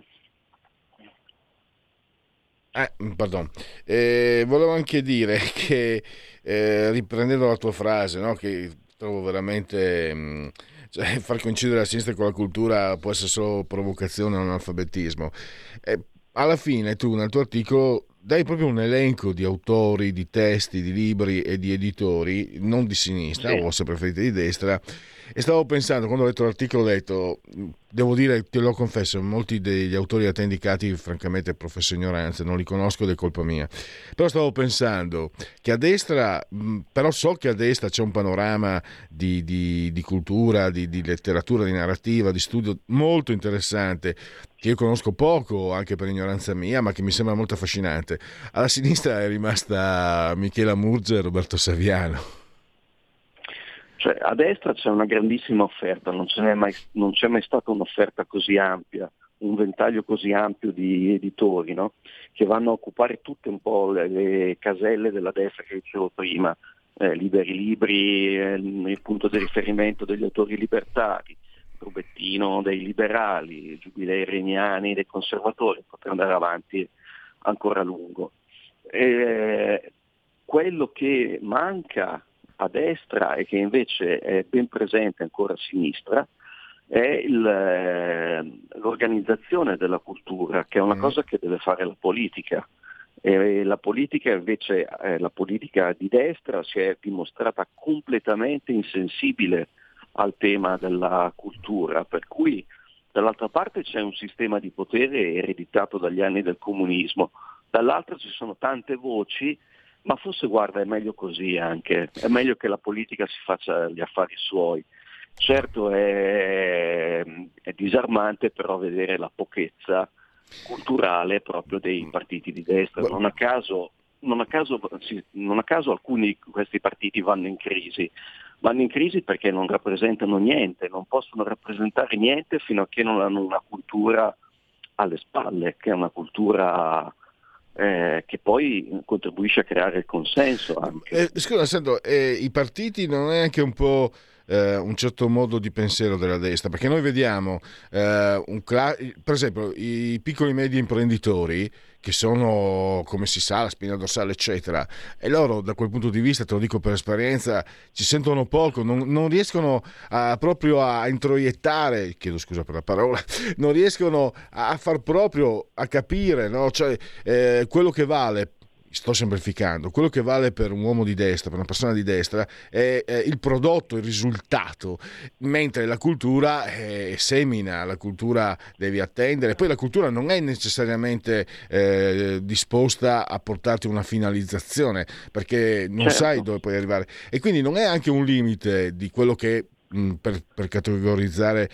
Pardon. Volevo anche dire che, riprendendo la tua frase, no, che trovo veramente, cioè, far coincidere la sinistra con la cultura può essere solo provocazione o analfabetismo. Alla fine tu nel tuo articolo dai proprio un elenco di autori, di testi, di libri e di editori, non di sinistra, o se preferite di destra, e stavo pensando, quando ho letto l'articolo, ho detto, devo dire, te lo confesso, molti degli autori a te indicati, francamente, professo ignoranza, non li conosco ed è colpa mia, però stavo pensando che a destra, però so che a destra c'è un panorama di cultura, di letteratura, di narrativa, di studio molto interessante, che io conosco poco anche per ignoranza mia, ma che mi sembra molto affascinante. Alla sinistra è rimasta Michela Murgia e Roberto Saviano. Cioè, a destra c'è una grandissima offerta, non c'è mai stata un'offerta così ampia, un ventaglio così ampio di editori, no? Che vanno a occupare tutte un po' le caselle della destra che dicevo prima, Liberi Libri, il punto di riferimento degli autori libertari, Rubettino dei liberali, Giubilei Regnani dei conservatori, potrei andare avanti ancora a lungo. Quello che manca a destra e che invece è ben presente ancora a sinistra è l'organizzazione della cultura, che è una cosa che deve fare la politica. E la politica invece, la politica di destra si è dimostrata completamente insensibile al tema della cultura, per cui dall'altra parte c'è un sistema di potere ereditato dagli anni del comunismo, dall'altra ci sono tante voci, ma forse guarda è meglio così anche, è meglio che la politica si faccia gli affari suoi. Certo è disarmante però vedere la pochezza culturale proprio dei partiti di destra, non a caso alcuni di questi partiti vanno in crisi perché non rappresentano niente, non possono rappresentare niente fino a che non hanno una cultura alle spalle, che è una cultura che poi contribuisce a creare il consenso anche. Scusa, sento, i partiti non è anche un po' un certo modo di pensiero della destra, perché noi vediamo per esempio i piccoli e medi imprenditori che sono, come si sa, la spina dorsale eccetera, e loro da quel punto di vista, te lo dico per esperienza, ci sentono poco, non riescono proprio a introiettare, chiedo scusa per la parola, non riescono a far proprio, a capire, no? Cioè, quello che vale, sto semplificando, quello che vale per un uomo di destra, per una persona di destra, è il prodotto, il risultato, mentre la cultura semina, la cultura devi attendere, poi la cultura non è necessariamente disposta a portarti una finalizzazione, perché non sai dove puoi arrivare, e quindi non è anche un limite di quello che per categorizzare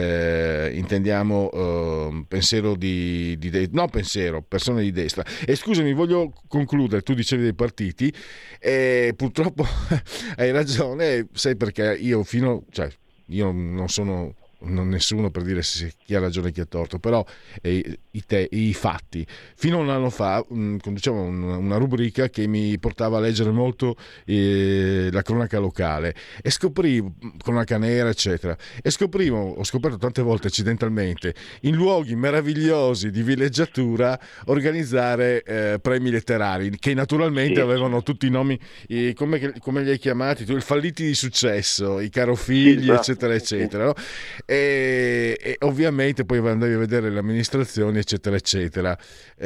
intendiamo pensiero persone di destra. E scusami, voglio concludere, tu dicevi dei partiti e purtroppo hai ragione, sai, perché io non sono nessuno per dire chi ha ragione e chi ha torto, però i fatti. Fino a un anno fa conducevo una rubrica che mi portava a leggere molto la cronaca locale e scoprivo, cronaca nera eccetera, e ho scoperto tante volte accidentalmente in luoghi meravigliosi di villeggiatura organizzare premi letterari che naturalmente avevano tutti i nomi, come li hai chiamati tu, i falliti di successo, i carofigli eccetera eccetera, no? E ovviamente poi andavi a vedere le amministrazioni eccetera eccetera.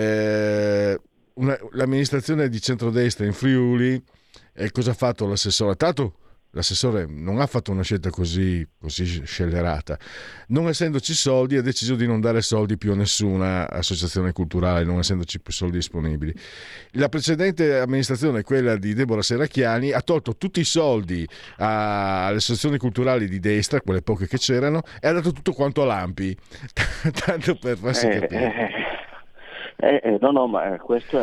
L'amministrazione di centrodestra in Friuli, cosa ha fatto l'assessore? Tanto l'assessore non ha fatto una scelta così scellerata, non essendoci soldi ha deciso di non dare soldi più a nessuna associazione culturale, non essendoci più soldi disponibili. La precedente amministrazione, quella di Deborah Serracchiani, ha tolto tutti i soldi alle associazioni culturali di destra, quelle poche che c'erano, e ha dato tutto quanto a Lampi tanto per farsi capire. No, ma questo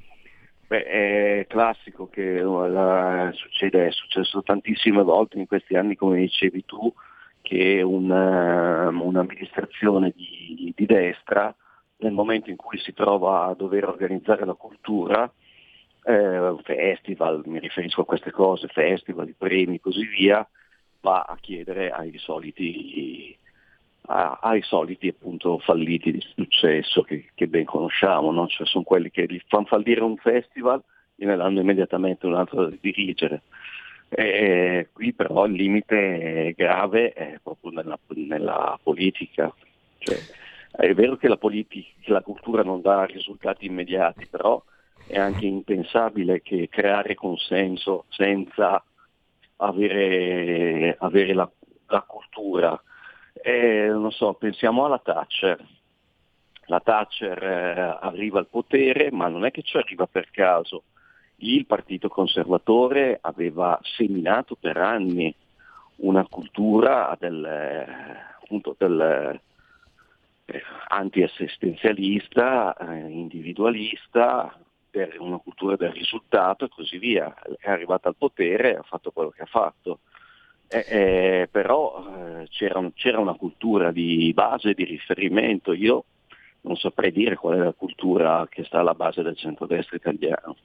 è classico che è successo tantissime volte in questi anni, come dicevi tu, che un'amministrazione di destra, nel momento in cui si trova a dover organizzare la cultura, festival, mi riferisco a queste cose, festival, premi, così via, va a chiedere ai soliti appunto falliti di successo che ben conosciamo, no? Cioè sono quelli che gli fanno fallire un festival e ne danno immediatamente un altro da dirigere. Qui però il limite grave è proprio nella politica. Cioè, è vero che la cultura non dà risultati immediati, però è anche impensabile che creare consenso senza avere la cultura. Non so, pensiamo alla Thatcher. La Thatcher arriva al potere, ma non è che ci arriva per caso. Il Partito Conservatore aveva seminato per anni una cultura appunto del anti-assistenzialista, individualista, per una cultura del risultato e così via. È arrivata al potere e ha fatto quello che ha fatto. Però c'era una cultura di base, di riferimento. Io non saprei dire qual è la cultura che sta alla base del centrodestra italiano.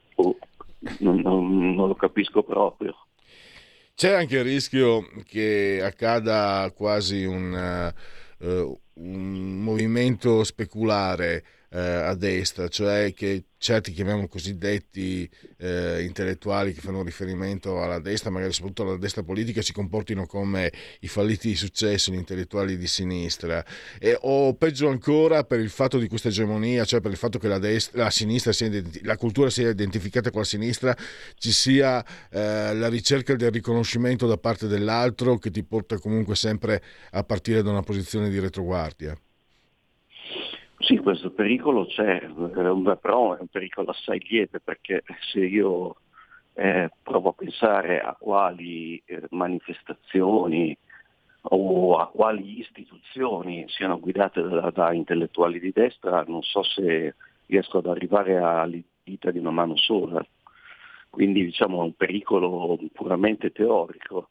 Non lo capisco proprio. C'è anche il rischio che accada quasi un movimento speculare a destra, cioè che certi, chiamiamo cosiddetti intellettuali che fanno riferimento alla destra, magari soprattutto alla destra politica, si comportino come i falliti di successo, gli intellettuali di sinistra, o peggio ancora per il fatto di questa egemonia, cioè per il fatto che la sinistra la cultura sia identificata con la sinistra, ci sia la ricerca del riconoscimento da parte dell'altro che ti porta comunque sempre a partire da una posizione di retroguardia. Sì, questo pericolo c'è, però è un pericolo assai lieve, perché se io provo a pensare a quali manifestazioni o a quali istituzioni siano guidate da intellettuali di destra, non so se riesco ad arrivare alle dita di una mano sola. Quindi diciamo è un pericolo puramente teorico.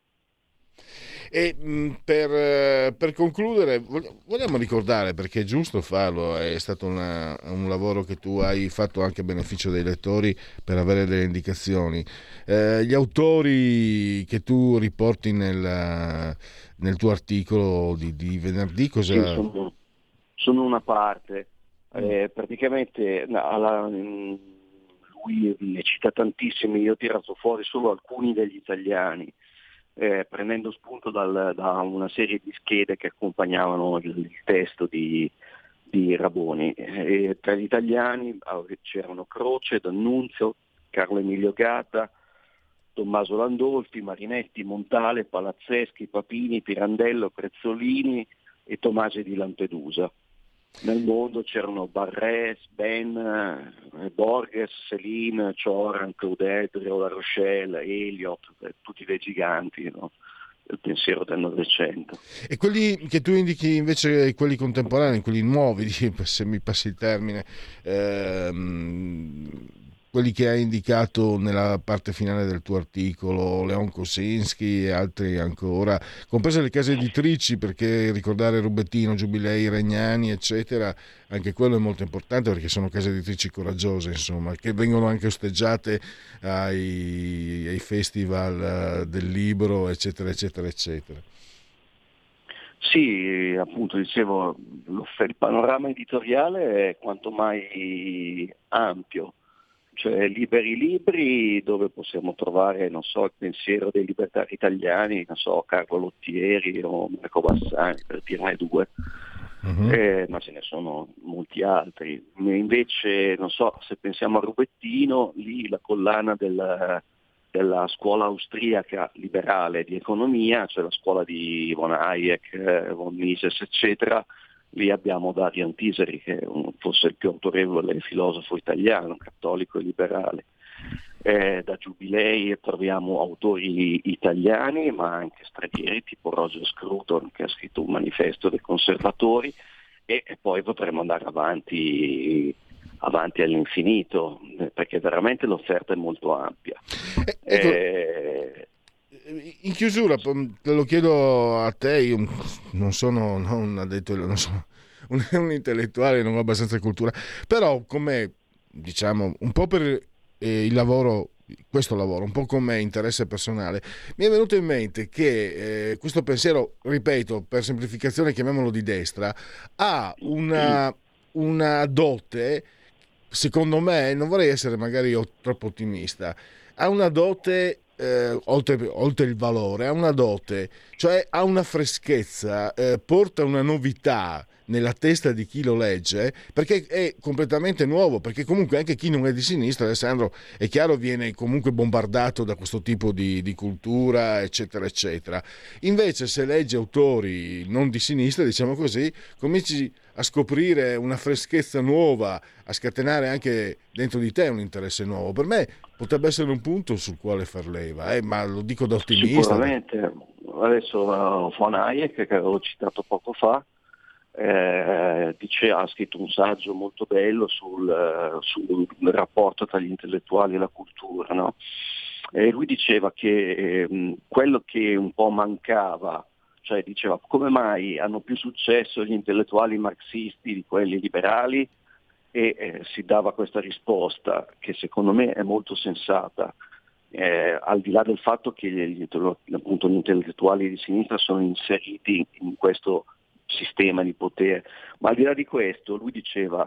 E per concludere vogliamo ricordare, perché è giusto farlo, è stato un lavoro che tu hai fatto anche a beneficio dei lettori per avere delle indicazioni, gli autori che tu riporti nel tuo articolo di venerdì, cosa... Sì, sono una parte, praticamente lui ne cita tantissimi, io ho tirato fuori solo alcuni degli italiani, prendendo spunto da una serie di schede che accompagnavano il testo di Raboni. Tra gli italiani c'erano Croce, D'Annunzio, Carlo Emilio Gatta, Tommaso Landolfi, Marinetti, Montale, Palazzeschi, Papini, Pirandello, Prezzolini e Tomasi di Lampedusa. Nel mondo c'erano Barrès, Ben, Borges, Céline, Cioran, Claudel, La Rochelle, Eliot, tutti dei giganti, no? Del pensiero del Novecento. E quelli che tu indichi invece, quelli contemporanei, quelli nuovi, se mi passi il termine, quelli che hai indicato nella parte finale del tuo articolo, Leon Kosinski e altri ancora, comprese le case editrici, perché ricordare Rubettino, Giubilei, Regnani, eccetera, anche quello è molto importante, perché sono case editrici coraggiose, insomma, che vengono anche osteggiate ai festival del libro, eccetera, eccetera, eccetera. Sì, appunto, dicevo, il panorama editoriale è quanto mai ampio. Cioè liberi libri dove possiamo trovare, non so, il pensiero dei libertari italiani, non so, Carlo Lottieri o Marco Bassani, per dirne due, ma ce ne sono molti altri. Invece, non so, se pensiamo a Rubettino, lì la collana della scuola austriaca liberale di economia, cioè la scuola di von Hayek, von Mises, eccetera. Lì abbiamo Darian Tiseri, che è forse il più autorevole filosofo italiano, cattolico e liberale. Da Giubilei troviamo autori italiani, ma anche stranieri, tipo Roger Scruton, che ha scritto un manifesto dei conservatori, e poi potremo andare avanti all'infinito, perché veramente l'offerta è molto ampia. In chiusura, te lo chiedo a te, io non sono un addetto, non sono un intellettuale, non ho abbastanza cultura, però come, diciamo, un po' per il lavoro, questo lavoro, un po' come interesse personale, mi è venuto in mente che questo pensiero, ripeto, per semplificazione chiamiamolo di destra, ha una dote, secondo me, non vorrei essere magari troppo ottimista, ha una dote, oltre il valore, ha una dote, cioè ha una freschezza, porta una novità nella testa di chi lo legge, perché è completamente nuovo, perché comunque anche chi non è di sinistra, Alessandro, è chiaro, viene comunque bombardato da questo tipo di cultura, eccetera, eccetera. Invece se leggi autori non di sinistra, diciamo così, cominci a scoprire una freschezza nuova, a scatenare anche dentro di te un interesse nuovo. Per me potrebbe essere un punto sul quale far leva, ma lo dico da ottimista. Sicuramente. Adesso von Hayek, che avevo citato poco fa, ha scritto un saggio molto bello sul rapporto tra gli intellettuali e la cultura, no? E lui diceva che quello che un po' mancava, cioè diceva come mai hanno più successo gli intellettuali marxisti di quelli liberali, e si dava questa risposta che secondo me è molto sensata, al di là del fatto che gli intellettuali di sinistra sono inseriti in questo sistema di potere. Ma al di là di questo, lui diceva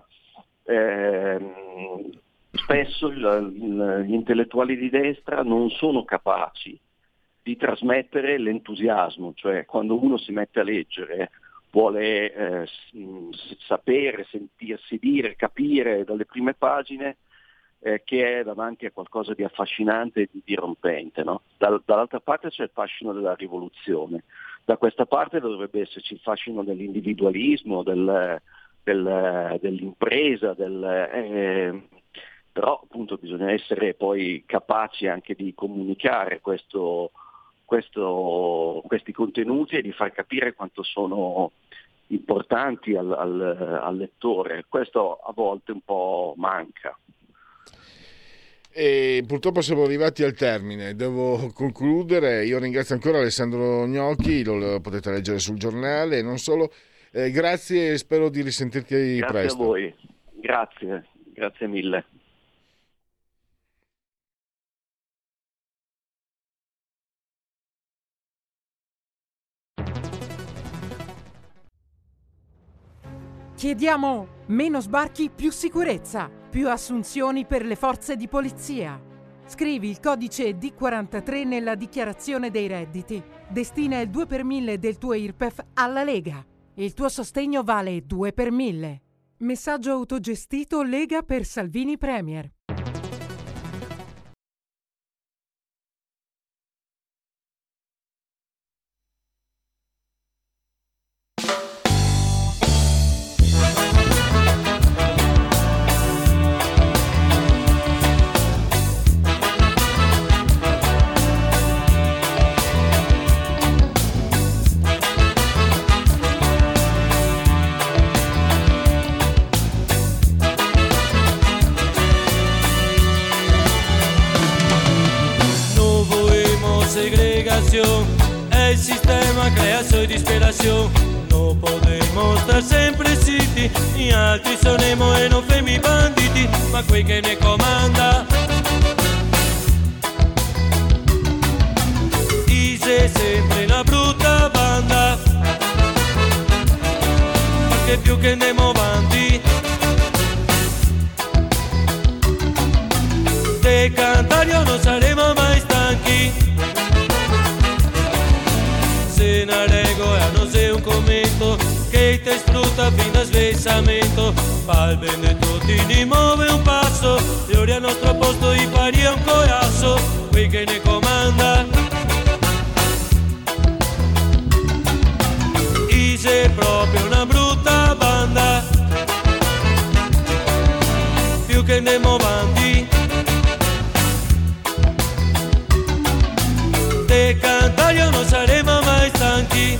spesso gli intellettuali di destra non sono capaci di trasmettere l'entusiasmo, cioè quando uno si mette a leggere vuole sapere, sentirsi dire, capire dalle prime pagine che è davanti a qualcosa di affascinante e di dirompente, no? Dall'altra parte c'è il fascino della rivoluzione, da questa parte dovrebbe esserci il fascino dell'individualismo, dell'impresa, però appunto bisogna essere poi capaci anche di comunicare questi contenuti e di far capire quanto sono importanti al lettore. Questo a volte un po' manca. E purtroppo siamo arrivati al termine, devo concludere. Io ringrazio ancora Alessandro Gnocchi, lo potete leggere sul giornale, non solo. Grazie e spero di risentirti presto. Grazie a voi, grazie mille. Chiediamo meno sbarchi, più sicurezza, più assunzioni per le forze di polizia. Scrivi il codice D43 nella dichiarazione dei redditi. Destina il 2 per 1000 del tuo IRPEF alla Lega. Il tuo sostegno vale 2 per 1000. Messaggio autogestito Lega per Salvini Premier. El sistema crea su disperación. No podemos estar sempre zitti, gli altri sonemo e non fermi i banditi, ma quei che ne comanda dice sempre una brutta banda, perché più che andiamo avanti de cantare non saremo mai stanchi. Se una regola non sei un commento che ti sfrutta fino a svesamento, fa il bene di tutti, ne muove un passo e ora al nostro posto i pari è un corasso, qui che ne comanda dice proprio una brutta banda, più che andiamo avanti de cantare non saremo mai stanchi.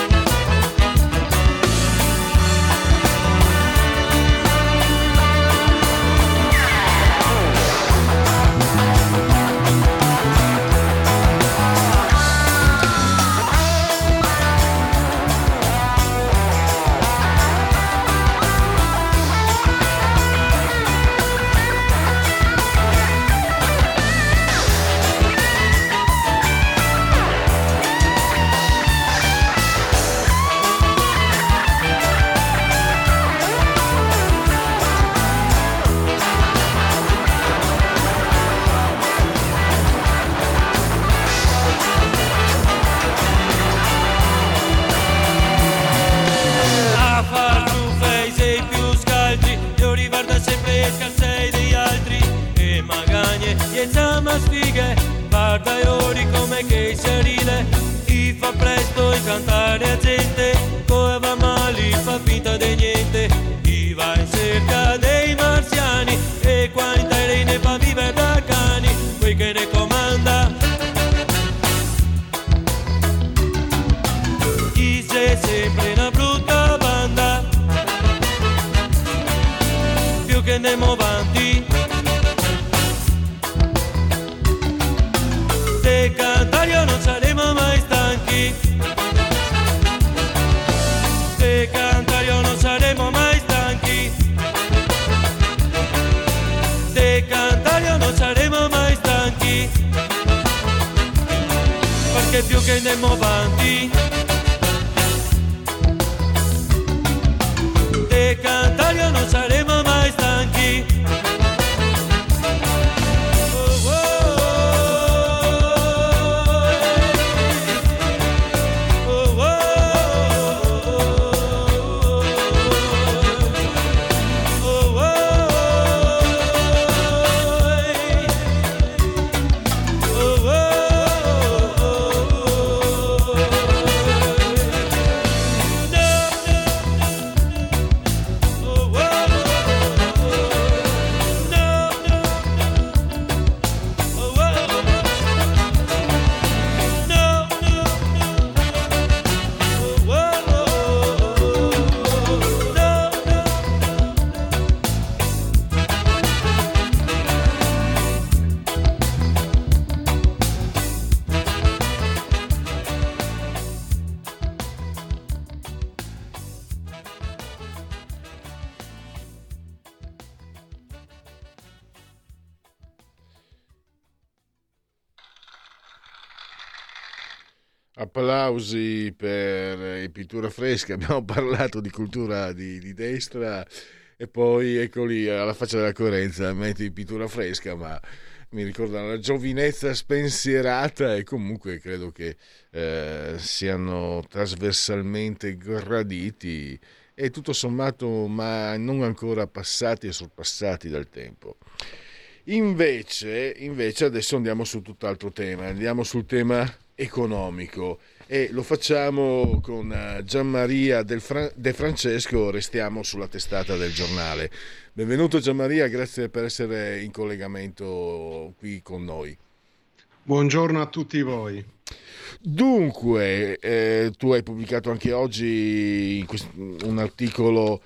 Guarda e ori come che si arile, i fa presto e cantare a gente, come va male, fa finta di niente, i va in cerca dei marziani, e quanta ne fa vivere da cani, quei che ne comanda, dice sempre una brutta banda, più che andiamo avanti de cantare non saremo mai stanchi, de cantare non saremo mai stanchi, de cantare non saremo mai stanchi, perché più che andiamo avanti non saremo mai stanchi. Applausi per Pittura Fresca. Abbiamo parlato di cultura di destra e poi eccoli alla faccia della coerenza, metti Pittura Fresca, ma mi ricordano la giovinezza spensierata e comunque credo che siano trasversalmente graditi e tutto sommato ma non ancora passati e sorpassati dal tempo. Invece adesso andiamo su tutt'altro tema, andiamo sul tema economico e lo facciamo con Gianmaria De Francesco. Restiamo sulla testata del giornale. Benvenuto Gianmaria, grazie per essere in collegamento qui con noi. Buongiorno a tutti voi. Dunque, tu hai pubblicato anche oggi un articolo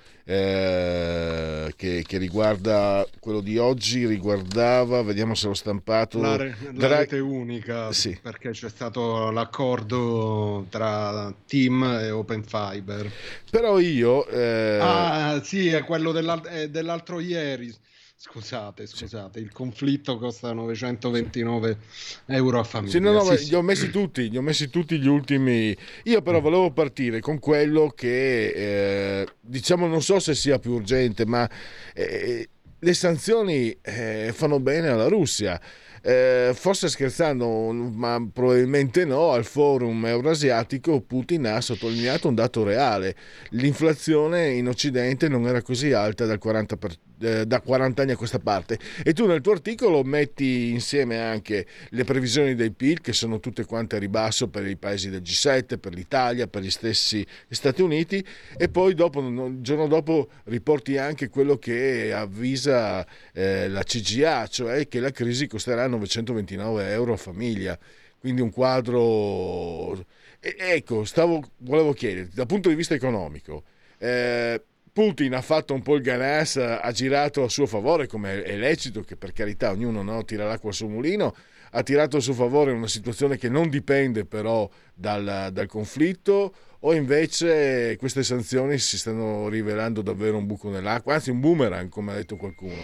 che riguarda quello di oggi, riguardava, vediamo se l'ho stampato, la rete unica, sì. Perché c'è stato l'accordo tra TIM e Open Fiber. Però io... sì, è quello dell'altro ieri. Scusate, il conflitto costa 929 euro a famiglia. Sì, no, sì. Li ho messi tutti gli ultimi. Io però volevo partire con quello che, diciamo, non so se sia più urgente, ma le sanzioni fanno bene alla Russia. Forse scherzando, ma probabilmente no, al forum eurasiatico Putin ha sottolineato un dato reale: l'inflazione in Occidente non era così alta da 40 anni a questa parte, e tu nel tuo articolo metti insieme anche le previsioni del PIL che sono tutte quante a ribasso per i paesi del G7, per l'Italia, per gli stessi Stati Uniti, e poi il giorno dopo riporti anche quello che avvisa la CGA, cioè che la crisi costerà 929 euro a famiglia, quindi un quadro. Ecco, volevo chiederti dal punto di vista economico, Putin ha fatto un po' il ganas, ha girato a suo favore, come è lecito, che per carità ognuno tira l'acqua al suo mulino, ha tirato a suo favore una situazione che non dipende però dal conflitto, o invece queste sanzioni si stanno rivelando davvero un buco nell'acqua, anzi un boomerang, come ha detto qualcuno?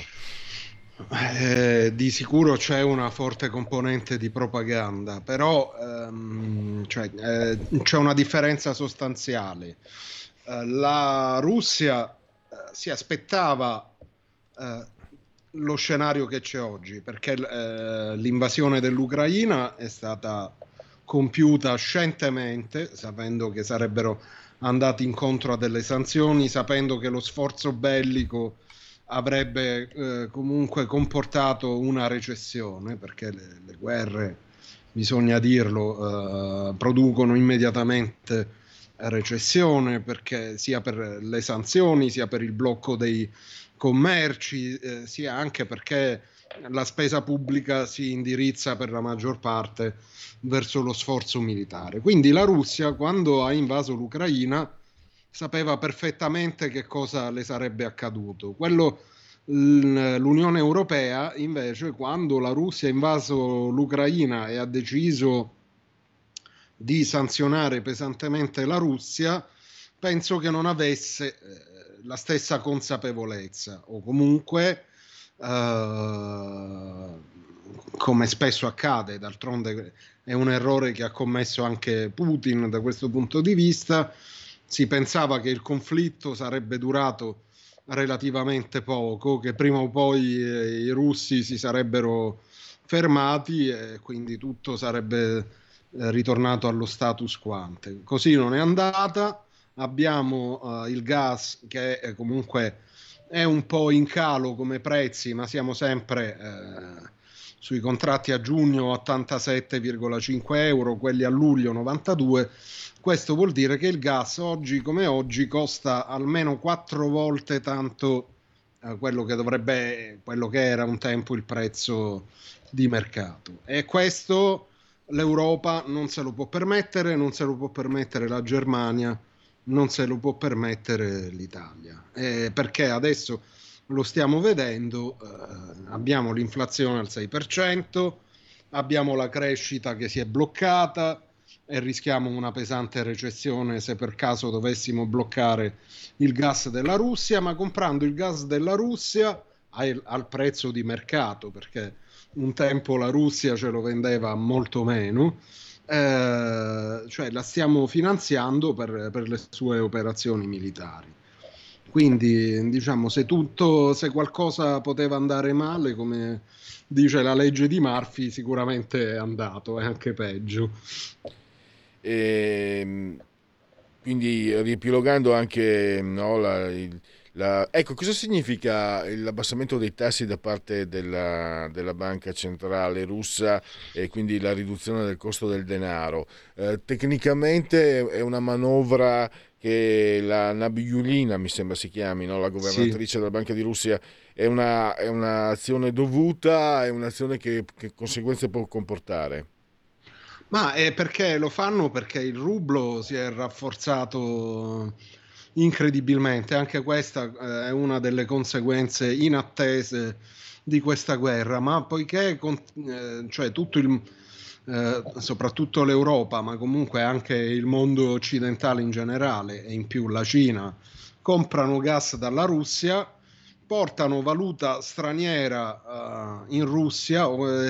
Di sicuro c'è una forte componente di propaganda, però c'è una differenza sostanziale. La Russia si aspettava lo scenario che c'è oggi, perché l'invasione dell'Ucraina è stata compiuta scientemente, sapendo che sarebbero andati incontro a delle sanzioni, sapendo che lo sforzo bellico avrebbe comunque comportato una recessione, perché le guerre, bisogna dirlo, producono immediatamente recessione, perché sia per le sanzioni, sia per il blocco dei commerci, sia anche perché la spesa pubblica si indirizza per la maggior parte verso lo sforzo militare. Quindi la Russia, quando ha invaso l'Ucraina, sapeva perfettamente che cosa le sarebbe accaduto. L'Unione Europea, invece, quando la Russia ha invaso l'Ucraina e ha deciso di sanzionare pesantemente la Russia, penso che non avesse la stessa consapevolezza, o comunque, come spesso accade, d'altronde è un errore che ha commesso anche Putin da questo punto di vista, si pensava che il conflitto sarebbe durato relativamente poco, che prima o poi i russi si sarebbero fermati e quindi tutto sarebbe ritornato allo status quo ante. Così non è andata. Abbiamo il gas che comunque è un po' in calo come prezzi, ma siamo sempre sui contratti a giugno 87,5 euro, quelli a luglio 92. Questo vuol dire che il gas oggi come oggi costa almeno 4 volte tanto quello che era un tempo il prezzo di mercato. E questo l'Europa non se lo può permettere, non se lo può permettere la Germania, non se lo può permettere l'Italia, perché adesso lo stiamo vedendo, abbiamo l'inflazione al 6%, abbiamo la crescita che si è bloccata e rischiamo una pesante recessione se per caso dovessimo bloccare il gas della Russia, ma comprando il gas della Russia al prezzo di mercato, perché un tempo la Russia ce lo vendeva molto meno, cioè la stiamo finanziando per le sue operazioni militari. Quindi diciamo se qualcosa poteva andare male, come dice la legge di Murphy, sicuramente è andato, è anche peggio. Quindi riepilogando anche ecco, cosa significa l'abbassamento dei tassi da parte della banca centrale russa e quindi la riduzione del costo del denaro? Tecnicamente è una manovra che la Nabiulina, mi sembra si chiami, no? La governatrice della Banca di Russia, è un'azione dovuta, è un'azione che conseguenze può comportare? Ma è perché lo fanno? Perché il rublo si è rafforzato incredibilmente. Anche questa è una delle conseguenze inattese di questa guerra, ma poiché cioè soprattutto l'Europa, ma comunque anche il mondo occidentale in generale e in più la Cina comprano gas dalla Russia, portano valuta straniera in Russia,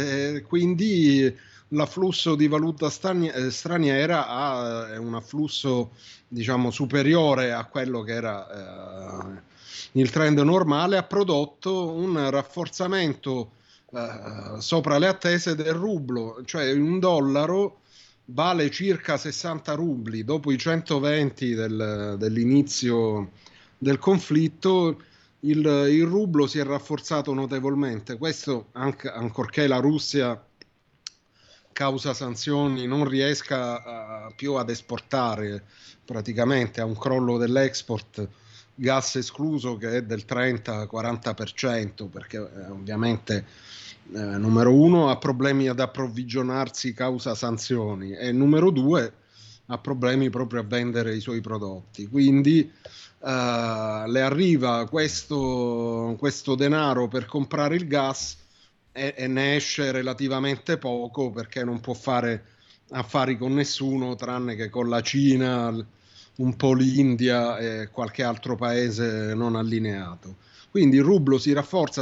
quindi l'afflusso di valuta straniera è un afflusso diciamo superiore a quello che era il trend normale, ha prodotto un rafforzamento sopra le attese del rublo, cioè un dollaro vale circa 60 rubli dopo i 120 dell'inizio del conflitto. Il rublo si è rafforzato notevolmente, questo ancorché la Russia causa sanzioni non riesca più ad esportare, praticamente a un crollo dell'export, gas escluso, che è del 30-40%, perché ovviamente numero uno ha problemi ad approvvigionarsi causa sanzioni e numero due ha problemi proprio a vendere i suoi prodotti, quindi le arriva questo denaro per comprare il gas e ne esce relativamente poco, perché non può fare affari con nessuno tranne che con la Cina, un po' l'India e qualche altro paese non allineato. Quindi il rublo si rafforza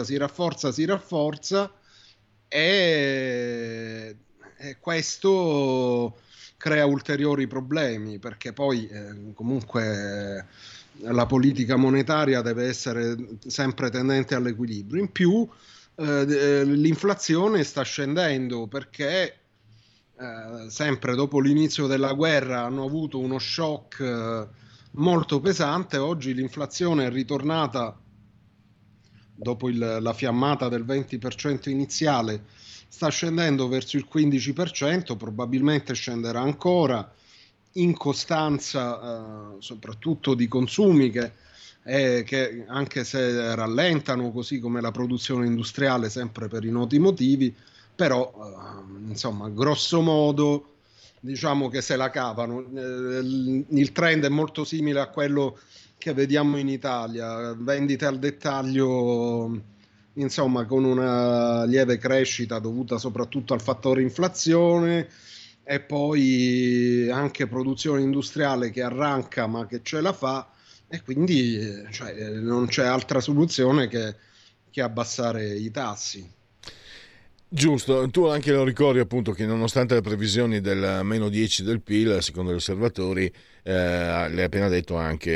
e questo crea ulteriori problemi, perché poi comunque la politica monetaria deve essere sempre tendente all'equilibrio. In più l'inflazione sta scendendo perché sempre dopo l'inizio della guerra hanno avuto uno shock molto pesante. Oggi l'inflazione è ritornata dopo la fiammata del 20% iniziale, sta scendendo verso il 15%, probabilmente scenderà ancora, in costanza soprattutto di consumi che anche se rallentano, così come la produzione industriale, sempre per i noti motivi, però insomma grosso modo diciamo che se la cavano. Il trend è molto simile a quello che vediamo in Italia, vendite al dettaglio insomma con una lieve crescita dovuta soprattutto al fattore inflazione, e poi anche produzione industriale che arranca ma che ce la fa, e quindi non c'è altra soluzione che abbassare i tassi. Giusto, tu anche lo ricordi appunto che nonostante le previsioni del meno 10 del PIL, secondo gli osservatori, l'hai appena detto anche,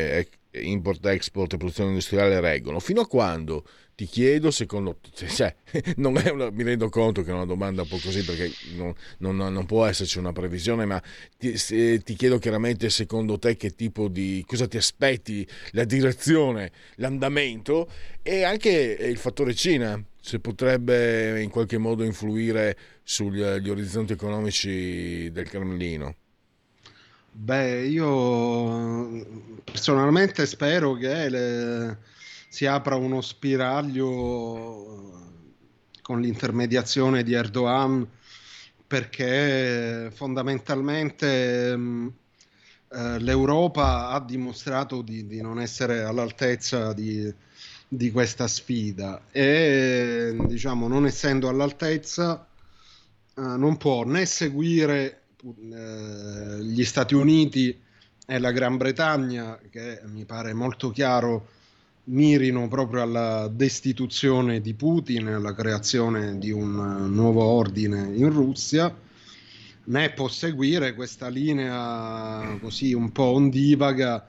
import-export e produzione industriale reggono. Fino a quando, ti chiedo, secondo cioè, mi rendo conto che è una domanda un po' così, perché non può esserci una previsione, ma ti chiedo chiaramente, secondo te, che tipo di, cosa ti aspetti, la direzione, l'andamento, e anche il fattore Cina, se potrebbe in qualche modo influire sugli orizzonti economici del Cremlino. Beh, io personalmente spero che si apra uno spiraglio con l'intermediazione di Erdogan, perché fondamentalmente l'Europa ha dimostrato di non essere all'altezza di questa sfida e, diciamo, non essendo all'altezza non può né seguire gli Stati Uniti e la Gran Bretagna, che mi pare molto chiaro mirino proprio alla destituzione di Putin e alla creazione di un nuovo ordine in Russia, né può seguire questa linea così un po' ondivaga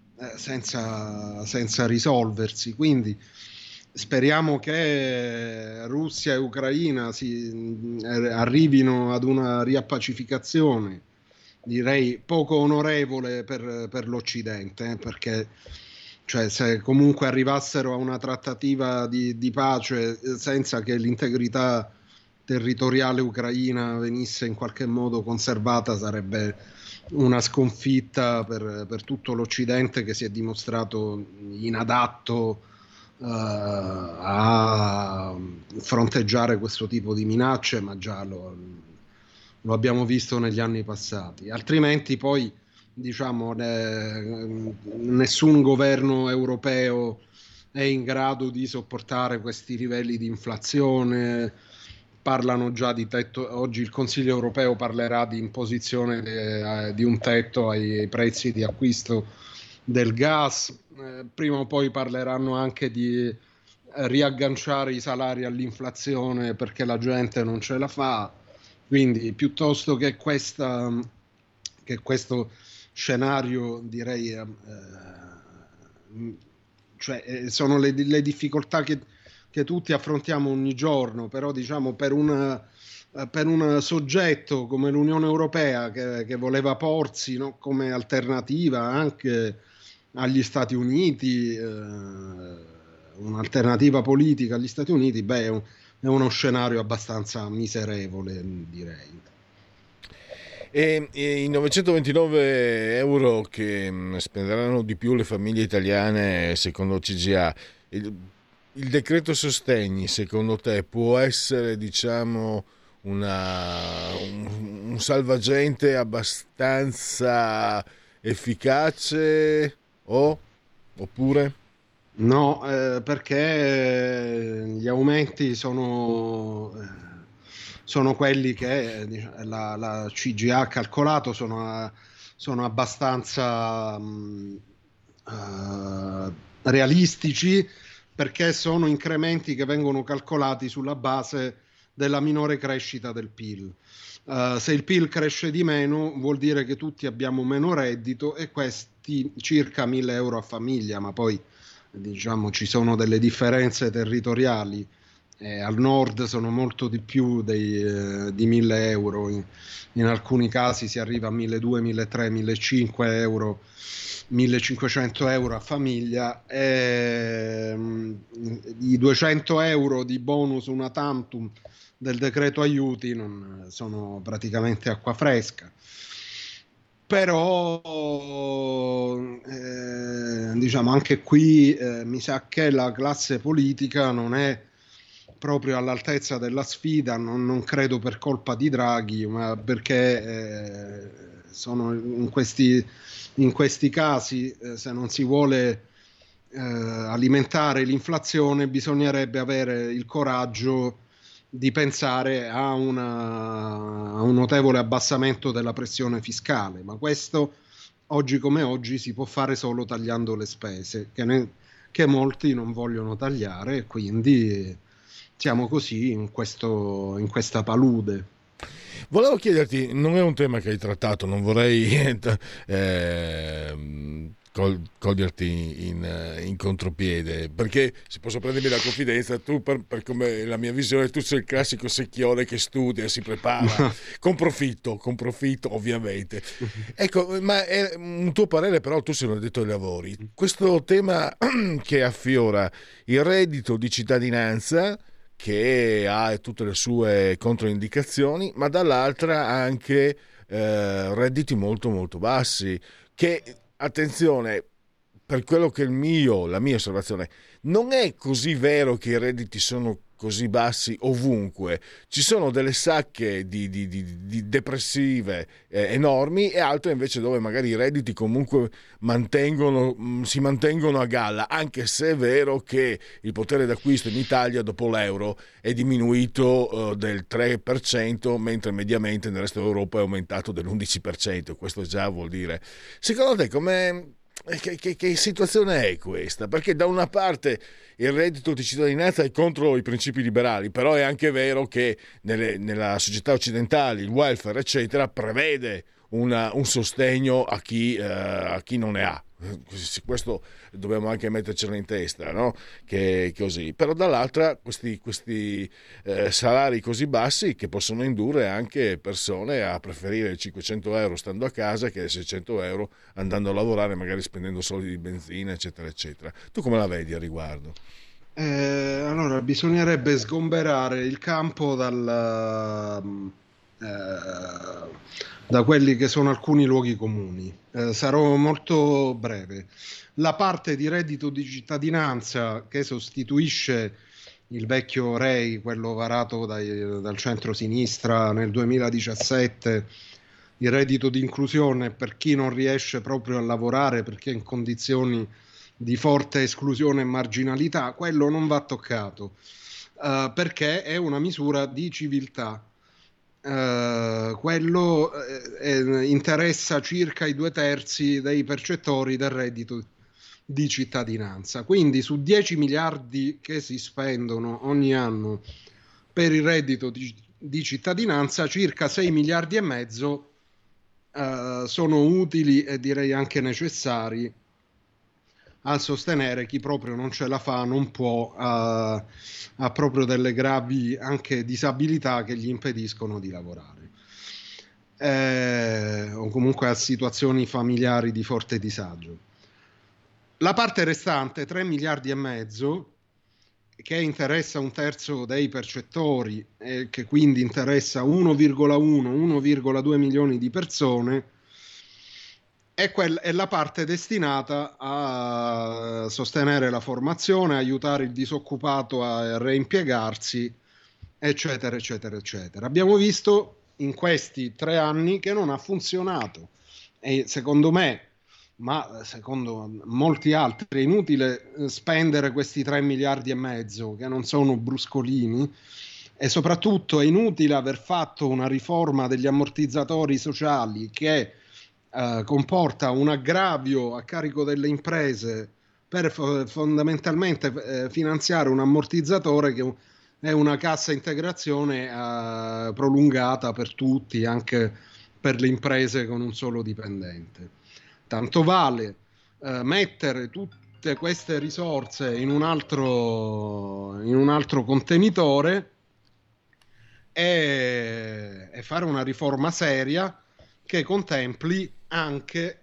senza risolversi. Quindi speriamo che Russia e Ucraina arrivino ad una riappacificazione, direi poco onorevole per l'Occidente, perché cioè, se comunque arrivassero a una trattativa di pace senza che l'integrità territoriale ucraina venisse in qualche modo conservata, sarebbe una sconfitta per tutto l'Occidente, che si è dimostrato inadatto a fronteggiare questo tipo di minacce, ma già lo abbiamo visto negli anni passati. Altrimenti poi, diciamo, nessun governo europeo è in grado di sopportare questi livelli di inflazione. Parlano già di tetto, oggi il Consiglio europeo parlerà di imposizione di un tetto ai prezzi di acquisto del gas, prima o poi parleranno anche di riagganciare i salari all'inflazione perché la gente non ce la fa. Quindi piuttosto che questo scenario, direi, cioè sono le difficoltà che tutti affrontiamo ogni giorno, però diciamo per un soggetto come l'Unione Europea che voleva porsi, no, come alternativa anche agli Stati Uniti, un'alternativa politica agli Stati Uniti, beh, è uno scenario abbastanza miserevole, direi. E i 929 euro che spenderanno di più le famiglie italiane, secondo CGA, il decreto sostegni, secondo te, può essere, diciamo, un salvagente abbastanza efficace oppure? No, perché gli aumenti sono quelli che la CGA ha calcolato, sono abbastanza realistici, perché sono incrementi che vengono calcolati sulla base della minore crescita del PIL. Se il PIL cresce di meno, vuol dire che tutti abbiamo meno reddito, e questi circa 1.000 euro a famiglia, ma poi diciamo ci sono delle differenze territoriali. Al nord sono molto di più di 1.000 euro, in alcuni casi si arriva a 1.200, 1.300, 1.500 euro, 1.500 euro a famiglia, e i 200 euro di bonus una tantum del decreto aiuti non sono praticamente acqua fresca. Però diciamo anche qui mi sa che la classe politica non è proprio all'altezza della sfida, non credo per colpa di Draghi, ma perché sono in questi casi, se non si vuole alimentare l'inflazione, bisognerebbe avere il coraggio di pensare a un notevole abbassamento della pressione fiscale, ma questo oggi come oggi si può fare solo tagliando le spese, che molti non vogliono tagliare, e quindi siamo così in questa palude. Volevo chiederti, non è un tema che hai trattato, non vorrei coglierti in contropiede, perché se posso prendermi la confidenza, tu per come la mia visione, tu sei il classico secchione che studia, si prepara con profitto ovviamente. Ecco, ma è un tuo parere, però tu sei un addetto ai lavori, questo tema che affiora il reddito di cittadinanza, che ha tutte le sue controindicazioni, ma dall'altra anche redditi molto molto bassi, che, attenzione, per quello che la mia osservazione, non è così vero che i redditi sono così bassi ovunque. Ci sono delle sacche di depressive enormi, e altre invece dove magari i redditi comunque si mantengono a galla, anche se è vero che il potere d'acquisto in Italia dopo l'euro è diminuito del 3%, mentre mediamente nel resto d'Europa è aumentato dell'11%. Questo già vuol dire, secondo te, che situazione è questa? Perché da una parte il reddito di cittadinanza è contro i principi liberali, però è anche vero che nella società occidentale il welfare eccetera prevede un sostegno a chi non ne ha. Questo dobbiamo anche mettercelo in testa, no? Che così. Però dall'altra questi salari così bassi che possono indurre anche persone a preferire 500 euro stando a casa che 600 euro andando a lavorare, magari spendendo soldi di benzina eccetera eccetera. Tu come la vedi a riguardo? Allora bisognerebbe sgomberare il campo da quelli che sono alcuni luoghi comuni. Sarò molto breve. La parte di reddito di cittadinanza che sostituisce il vecchio REI, quello varato dal centro-sinistra nel 2017, il reddito di inclusione per chi non riesce proprio a lavorare perché è in condizioni di forte esclusione e marginalità, quello non va toccato, perché è una misura di civiltà. Quello interessa circa i 2/3 dei percettori del reddito di cittadinanza. Quindi su 10 miliardi che si spendono ogni anno per il reddito di cittadinanza, circa 6 miliardi e mezzo sono utili e direi anche necessari a sostenere chi proprio non ce la fa, non può, ha proprio delle gravi anche disabilità che gli impediscono di lavorare, o comunque a situazioni familiari di forte disagio. La parte restante, 3 miliardi e mezzo, che interessa 1/3 dei percettori e che quindi interessa 1,2 milioni di persone, è la parte destinata a sostenere la formazione, aiutare il disoccupato a reimpiegarsi, eccetera, eccetera, eccetera. Abbiamo visto in questi 3 anni che non ha funzionato e secondo me, ma secondo molti altri, è inutile spendere questi 3 miliardi e mezzo che non sono bruscolini, e soprattutto è inutile aver fatto una riforma degli ammortizzatori sociali che comporta un aggravio a carico delle imprese per fondamentalmente finanziare un ammortizzatore che è una cassa integrazione prolungata per tutti, anche per le imprese con un solo dipendente. Tanto vale mettere tutte queste risorse in un altro contenitore e fare una riforma seria che contempli anche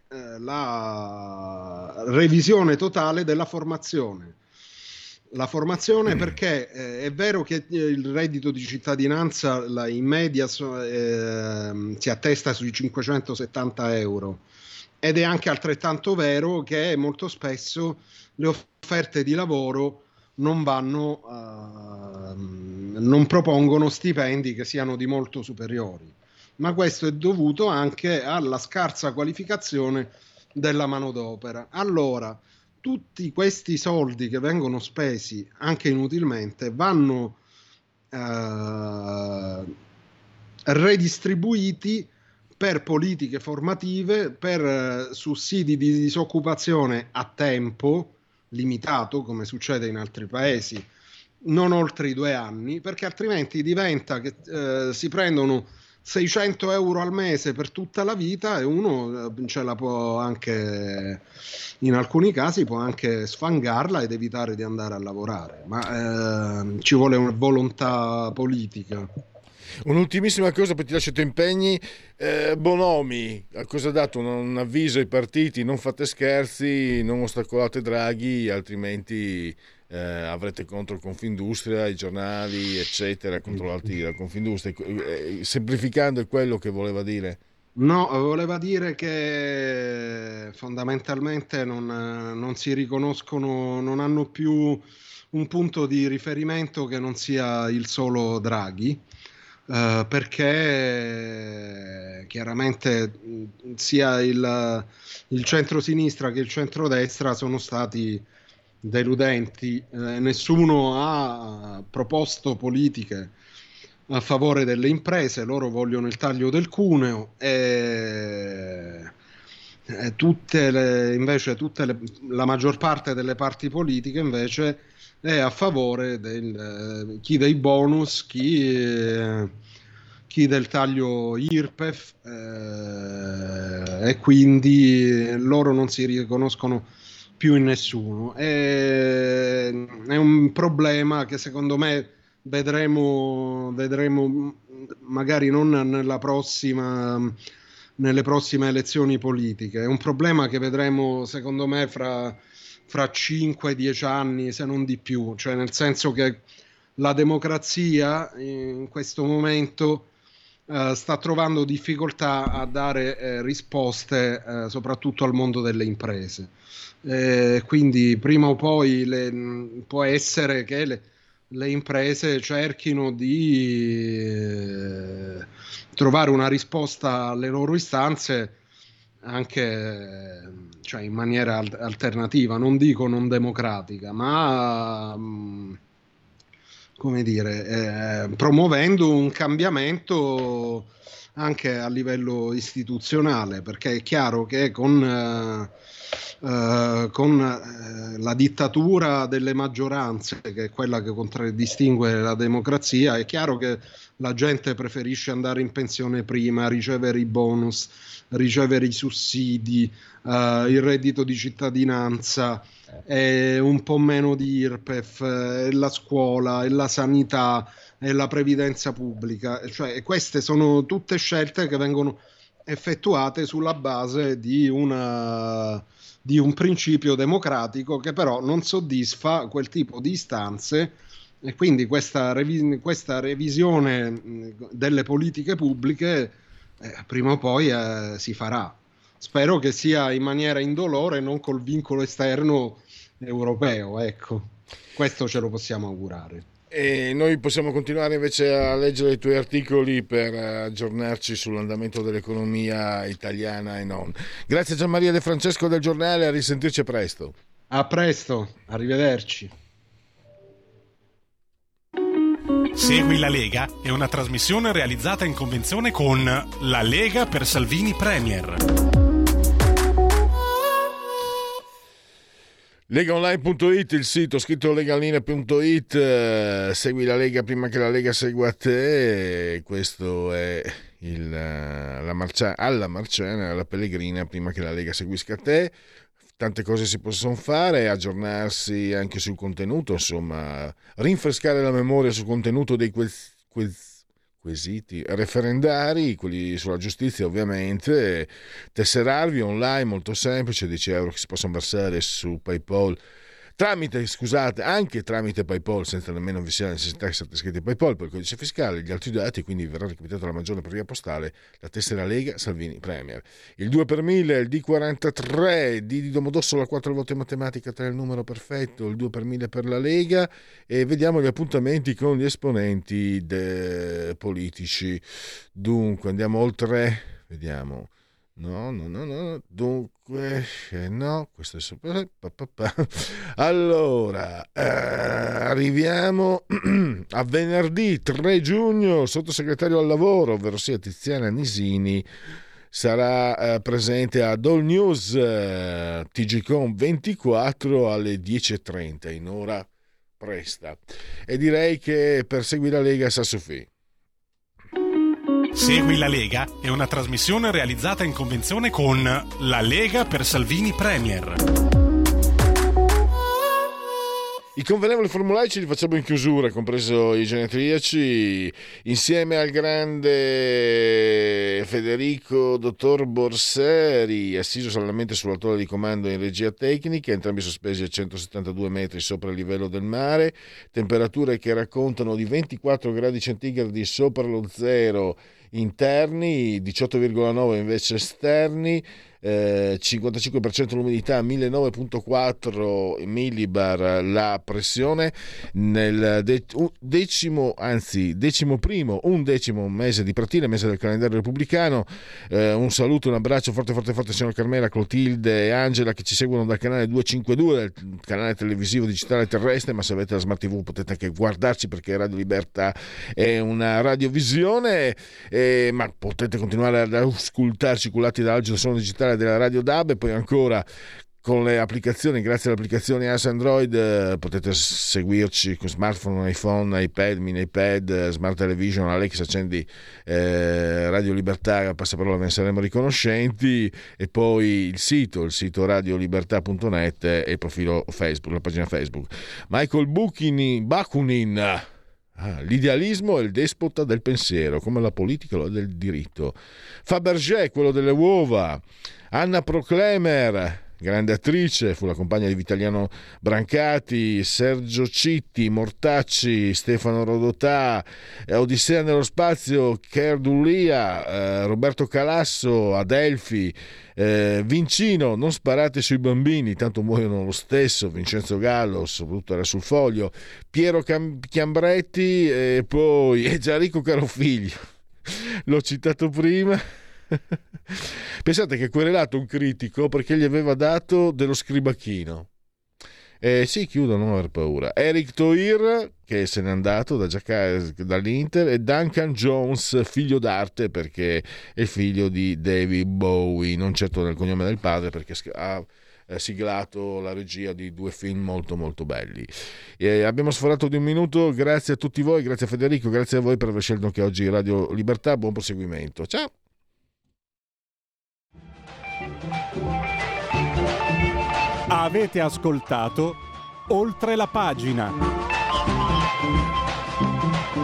la revisione totale della formazione. La formazione perché è vero che il reddito di cittadinanza in media si attesta sui 570 euro, ed è anche altrettanto vero che molto spesso le offerte di lavoro non propongono stipendi che siano di molto superiori. Ma questo è dovuto anche alla scarsa qualificazione della manodopera. Allora, tutti questi soldi che vengono spesi anche inutilmente vanno redistribuiti per politiche formative, per sussidi di disoccupazione a tempo limitato, come succede in altri paesi, non oltre i 2 anni, perché altrimenti diventa che si prendono 600 euro al mese per tutta la vita, e uno ce la può anche, in alcuni casi può anche sfangarla ed evitare di andare a lavorare, ma ci vuole una volontà politica. Un'ultimissima cosa, poi ti lascio i tuoi impegni. Bonomi, cosa ha dato? Un avviso ai partiti: non fate scherzi, non ostacolate Draghi, altrimenti avrete contro Confindustria, i giornali eccetera, controllati da Confindustria. Semplificando, è quello che voleva dire? No, voleva dire che fondamentalmente non si riconoscono, non hanno più un punto di riferimento che non sia il solo Draghi, perché chiaramente sia il centro-sinistra che il centro-destra sono stati deludenti. Nessuno ha proposto politiche a favore delle imprese, loro vogliono il taglio del cuneo, e la maggior parte delle parti politiche invece è a favore chi dei bonus, chi del taglio IRPEF, e quindi loro non si riconoscono più in nessuno. È un problema che secondo me vedremo magari non nelle prossime elezioni politiche. È un problema che vedremo secondo me fra 5-10 anni, se non di più, cioè nel senso che la democrazia in questo momento sta trovando difficoltà a dare risposte soprattutto al mondo delle imprese. Quindi prima o poi può essere che le imprese cerchino di trovare una risposta alle loro istanze anche, cioè, in maniera alternativa, non dico non democratica, ma come dire, promuovendo un cambiamento anche a livello istituzionale, perché è chiaro che con la dittatura delle maggioranze, che è quella che contraddistingue la democrazia, è chiaro che la gente preferisce andare in pensione prima, ricevere i bonus, ricevere i sussidi, il reddito di cittadinanza, un po' meno di IRPEF, la scuola, e la sanità e la previdenza pubblica. Cioè, queste sono tutte scelte che vengono effettuate sulla base di un principio democratico che però non soddisfa quel tipo di istanze, e quindi questa revisione delle politiche pubbliche prima o poi si farà. Spero che sia in maniera indolore, non col vincolo esterno europeo, ecco. Questo ce lo possiamo augurare. E noi possiamo continuare invece a leggere i tuoi articoli per aggiornarci sull'andamento dell'economia italiana e non. Grazie a Gianmaria De Francesco del Giornale, a risentirci presto. A presto, arrivederci. Segui la Lega è una trasmissione realizzata in convenzione con La Lega per Salvini Premier. Legaonline.it, il sito, scritto legalinea.it. Segui la Lega prima che la Lega segua te. Questo è alla Marciana, alla Pellegrina, prima che la Lega seguisca te. Tante cose si possono fare, aggiornarsi anche sul contenuto, insomma, rinfrescare la memoria sul contenuto dei quesiti referendari, quelli sulla giustizia ovviamente, tesserarvi online, molto semplice, 10 euro che si possono versare su PayPal, anche tramite PayPal, senza nemmeno vi sia necessità che siate iscritti a PayPal, per il codice fiscale, gli altri dati, quindi verrà recapitata la maggiore per via postale, la tessera Lega Salvini Premier. Il 2 per 1000, il D43, D di Domodossola, 4 volte matematica, 3 il numero perfetto, il 2 per 1000 per la Lega, e vediamo gli appuntamenti con gli esponenti politici. Dunque, andiamo oltre, vediamo. No. Dunque, no, questo è super. Allora, arriviamo a venerdì 3 giugno. Sottosegretario al lavoro, ovvero sia Tiziana Nisini, sarà presente ad All News TGCom 24 alle 10:30, in ora presta. E direi che per Segui la Lega Sassufi. Segui la Lega è una trasmissione realizzata in convenzione con La Lega per Salvini Premier. I convenevoli formulaici li facciamo in chiusura, compreso i genetriaci, insieme al grande Federico Dottor Borseri, assiso solamente sulla tolla di comando in regia tecnica, entrambi sospesi a 172 metri sopra il livello del mare, temperature che raccontano di 24 gradi centigradi sopra lo zero interni, 18,9 invece esterni, 55% l'umidità, 1009,4 millibar la pressione nel decimo mese di Pratile, mese del calendario repubblicano. Un saluto, un abbraccio forte signor Carmela, Clotilde e Angela che ci seguono dal canale 252 del canale televisivo digitale terrestre, ma se avete la Smart TV potete anche guardarci perché Radio Libertà è una radiovisione, ma potete continuare ad ascoltarci cullati dall'agito suono digitale della Radio DAB, e poi ancora con le applicazioni, grazie alle applicazioni iOS Android potete seguirci con smartphone, iPhone, iPad, mini iPad, Smart Television, Alexa, accendi Radio Libertà, passaparola, ve ne saremo riconoscenti, e poi il sito radiolibertà.net e il profilo Facebook, la pagina Facebook. Michael Bakunin, l'idealismo è il despota del pensiero, come la politica lo è del diritto. Fabergé, quello delle uova. Anna Proclemer, grande attrice, fu la compagna di Vitaliano Brancati, Sergio Citti, Mortacci, Stefano Rodotà, Odissea nello spazio, Cher Dullia, Roberto Calasso, Adelphi, Vincino, non sparate sui bambini, tanto muoiono lo stesso, Vincenzo Gallo, soprattutto era sul foglio, Piero Chiambretti, e poi Gianrico Carofiglio, l'ho citato prima. Pensate che ha querelato un critico perché gli aveva dato dello scribacchino. Sì, chiudo, non aver paura. Eric Toir, che se n'è andato dall'Inter, e Duncan Jones, figlio d'arte, perché è figlio di David Bowie, non certo nel cognome del padre, perché ha siglato la regia di 2 film molto molto belli. Abbiamo sforato di 1 minuto, grazie a tutti voi, grazie a Federico, grazie a voi per aver scelto anche oggi Radio Libertà, buon proseguimento, ciao. Avete ascoltato Oltre la pagina.